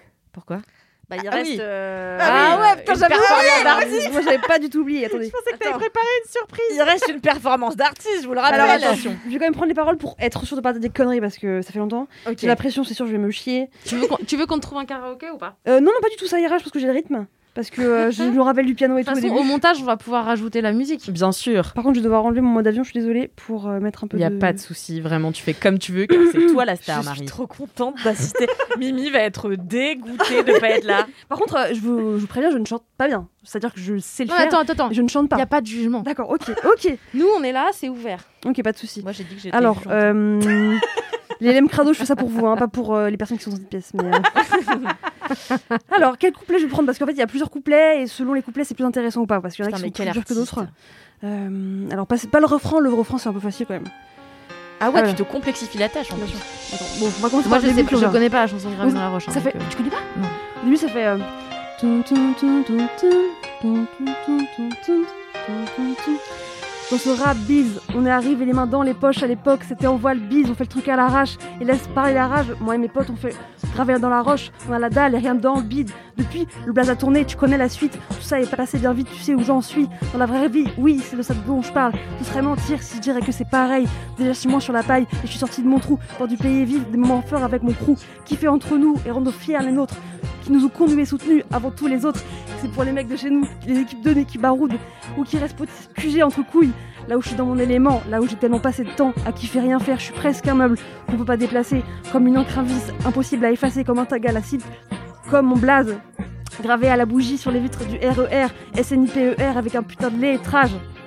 Il reste. Oui. Putain, j'avais d'artiste. Moi j'avais pas du tout oublié. Attendez. Je pensais que t'avais préparé une surprise. Il reste une performance d'artiste, je vous le rappelle. Alors attention, je vais quand même prendre les paroles pour être sûr de pas dire des conneries parce que ça fait longtemps. Okay. J'ai la pression, c'est sûr, je vais me chier. Tu veux qu'on te trouve un karaoké ou pas ? Non, pas du tout, ça ira, je pense que j'ai le rythme. Parce que je me rappelle du piano et De tout. toute façon, au montage, on va pouvoir rajouter la musique. Bien sûr. Par contre, je vais devoir enlever mon mode avion, je suis désolée, pour mettre un peu Il n'y a pas de souci, vraiment, tu fais comme tu veux, car c'est toi la star, Marie. Je suis trop contente d'assister. Mimi va être dégoûtée de pas être là. Par contre, je vous préviens, je ne chante pas bien. C'est-à-dire que je sais le faire. Attends. Je ne chante pas. Il n'y a pas de jugement. D'accord, ok. Nous, on est là, c'est ouvert. Ok, pas de souci. Moi, j'ai dit que j'étais. Alors, les LM Crado, je fais ça pour vous, pas pour les personnes qui sont dans cette pièce. Mais, alors, quel couplet je vais prendre ? Parce qu'en fait, il y a plusieurs couplets, et selon les couplets, c'est plus intéressant ou pas. Parce qu'il y en a qui sont plus durs que d'autres. Alors, pas le refrain, c'est un peu facile quand même. Ah ouais, tu te complexifies la tâche en plus. Attends, bon, on va commencer Moi, par le début. je connais pas la chanson Gravée dans la roche. Ça fait... Tu connais pas ? Non. Au début, ça fait... Dans ce rap bise, on est arrivé les mains dans les poches. À l'époque, c'était en voile bise, on fait le truc à l'arrache et laisse parler la rage. Moi et mes potes, on fait graver dans la roche. On a la dalle et rien dans le bide. Depuis, le blaze a tourné, tu connais la suite. Tout ça est passé bien vite, tu sais où j'en suis. Dans la vraie vie, oui, c'est de ça dont je parle. Ce serait mentir si je dirais que c'est pareil. Déjà 6 mois sur la paille et je suis sorti de mon trou pour du pays vivre des moments forts avec mon crew. Kiffer entre nous et rendre fiers les nôtres, qui nous ont conduits et soutenus avant tous les autres. C'est pour les mecs de chez nous, les équipes de nez qui baroudent ou qui restent QG entre couilles. Là où je suis dans mon élément, là où j'ai tellement passé de temps à kiffer rien faire, je suis presque un meuble qu'on peut pas déplacer, comme une encre invise, impossible à effacer, comme un tag à l'acide, comme mon blaze, gravé à la bougie sur les vitres du RER, SNIPER avec un putain de lettrage.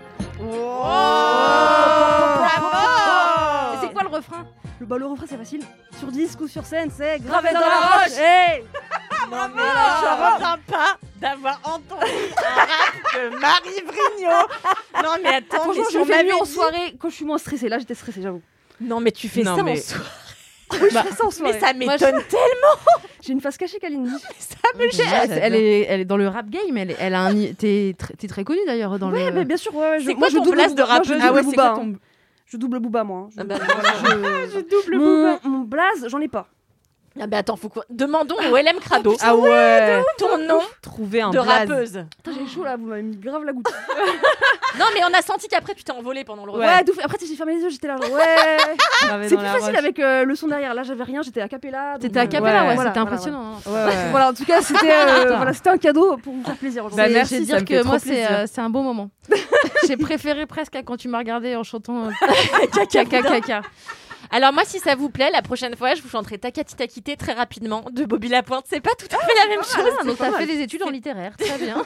Et c'est quoi le refrain ? Le refrain c'est facile. Sur disque ou sur scène, c'est gravé dans la roche. Hey Non mais je reviens pas d'avoir entendu un rap de Marie Vrigno. Non mais attends, Franchement, mais si je on le fais m'avait mieux en dit- soirée quand je suis moins stressée. Là, j'étais stressée, j'avoue. Non, mais tu fais Non, ça mais- en soirée. Oui, je fais ça en soirée. Mais ça m'étonne tellement. J'ai une face cachée, Kalindi. Ça me gêne. Elle est dans le rap game. Elle a un. T'es très connue d'ailleurs dans Ouais, le. mais bien sûr. Ouais, C'est quoi moi, je ton double place de Booba. Moi, je rappeuse double Ah ouais, c'est Booba, quoi hein. ton... Je double Booba, moi. Ah bah, Je double Mon blaze, j'en ai pas. Ah bah attends, faut quoi demandons au LM Crado. Ah ouais. Ton nom Trouver un de blaze. rappeuse. Putain, j'ai chaud là, vous m'avez mis grave la goutte. Non, mais on a senti qu'après tu t'es envolé pendant le repas. Ouais, d'ouf. Après, j'ai fermé les yeux, j'étais là. Genre, ouais. Gravé C'est dans plus la facile roche. avec le son derrière. Là, j'avais rien, j'étais a cappella. donc, T'étais à Capella, ouais, ouais, voilà, c'était voilà, impressionnant. hein. Ouais, ouais. Voilà, en tout cas, c'était c'était un cadeau pour vous faire plaisir aujourd'hui. Bah, C'est- merci, je vais ça me dire fait que trop moi, plaisir. c'est un bon moment. J'ai préféré presque à quand tu m'as regardé en chantant Caca. Alors moi, si ça vous plaît, la prochaine fois, je vous chanterai Takati Takité très rapidement de Bobby Lapointe. C'est pas tout à fait la même chose. Ah, donc t'as fait des études en littéraire, très bien.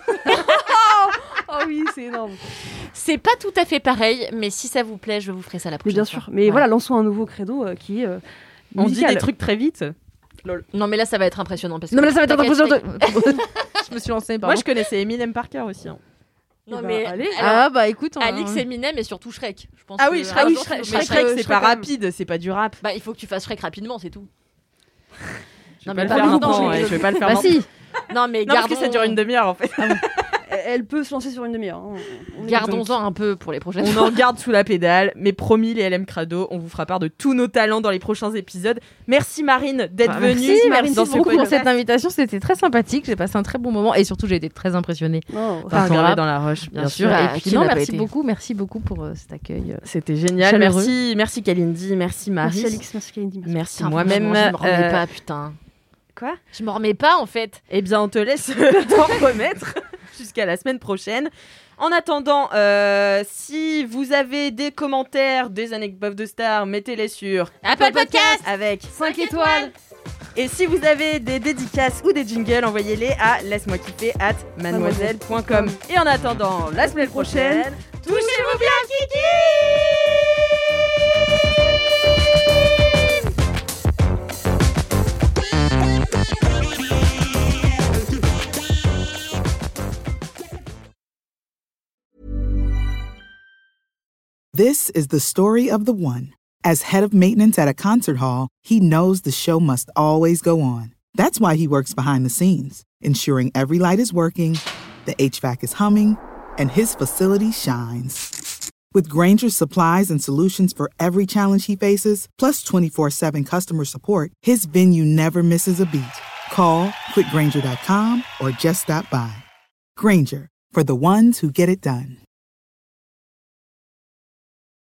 Oh oui, c'est énorme. C'est pas tout à fait pareil, mais si ça vous plaît, je vous ferai ça la Mais prochaine bien fois. sûr. Mais voilà, lançons un nouveau credo qui est On dit musical. des trucs très vite. Non, mais là, ça va être impressionnant parce que. Non, mais là, ça va être Takati impressionnant. Takité- Je me suis lancée, Moi, je connaissais Eminem par cœur aussi. hein. Non, Eh ben, mais allez. alors, Ah bah écoute, Alix, Eminem et surtout Shrek. Je pense Ah que oui, un Shrek, jour, oui, tu Shrek, le mais feras. Shrek, c'est Shrek, pas quand même. rapide, c'est pas du rap. Bah, il faut que tu fasses Shrek rapidement, c'est tout. Je Non, vais mais pas le pas faire maintenant, maintenant, je ouais, je vais pas le faire Bah maintenant. si. Non, mais Non, parce que gardons, ça dure une demi-heure en fait. Elle peut se lancer sur une demi-heure. hein. On est gardons-en un peu pour les prochaines On fois. en garde sous la pédale, mais promis, les LM Crado, on vous fera part de tous nos talents dans les prochains épisodes. Merci Marine d'être venue. Merci, Marine, merci beaucoup pour cette invitation, c'était très sympathique, j'ai passé un très bon moment et surtout j'ai été très impressionnée Non, Par ton grave. dans la roche, bien sûr. Et puis qui non, n'a pas merci été beaucoup pour cet accueil. C'était génial. Chaleureux. Merci Kalindi, merci Marie. Merci Alix, merci Kalindi. Merci. Merci Putain, moi-même. franchement, je me remets pas, putain. Quoi Je me remets pas, en fait. Eh bien, on te laisse t'en remettre jusqu'à la semaine prochaine. En attendant, si vous avez des commentaires, des anecdotes de stars, mettez-les sur Apple Podcast avec 5 étoiles. Et si vous avez des dédicaces ou des jingles, envoyez-les à laisse-moi kiffer @mademoiselle.com. Et en attendant, la semaine prochaine, touchez-vous bien, Kiki! This is the story of the one. As head of maintenance at a concert hall, he knows the show must always go on. That's why he works behind the scenes, ensuring every light is working, the HVAC is humming, and his facility shines. With Grainger's supplies and solutions for every challenge he faces, plus 24/7 customer support, his venue never misses a beat. Call quickgrainger.com or just stop by. Grainger, for the ones who get it done.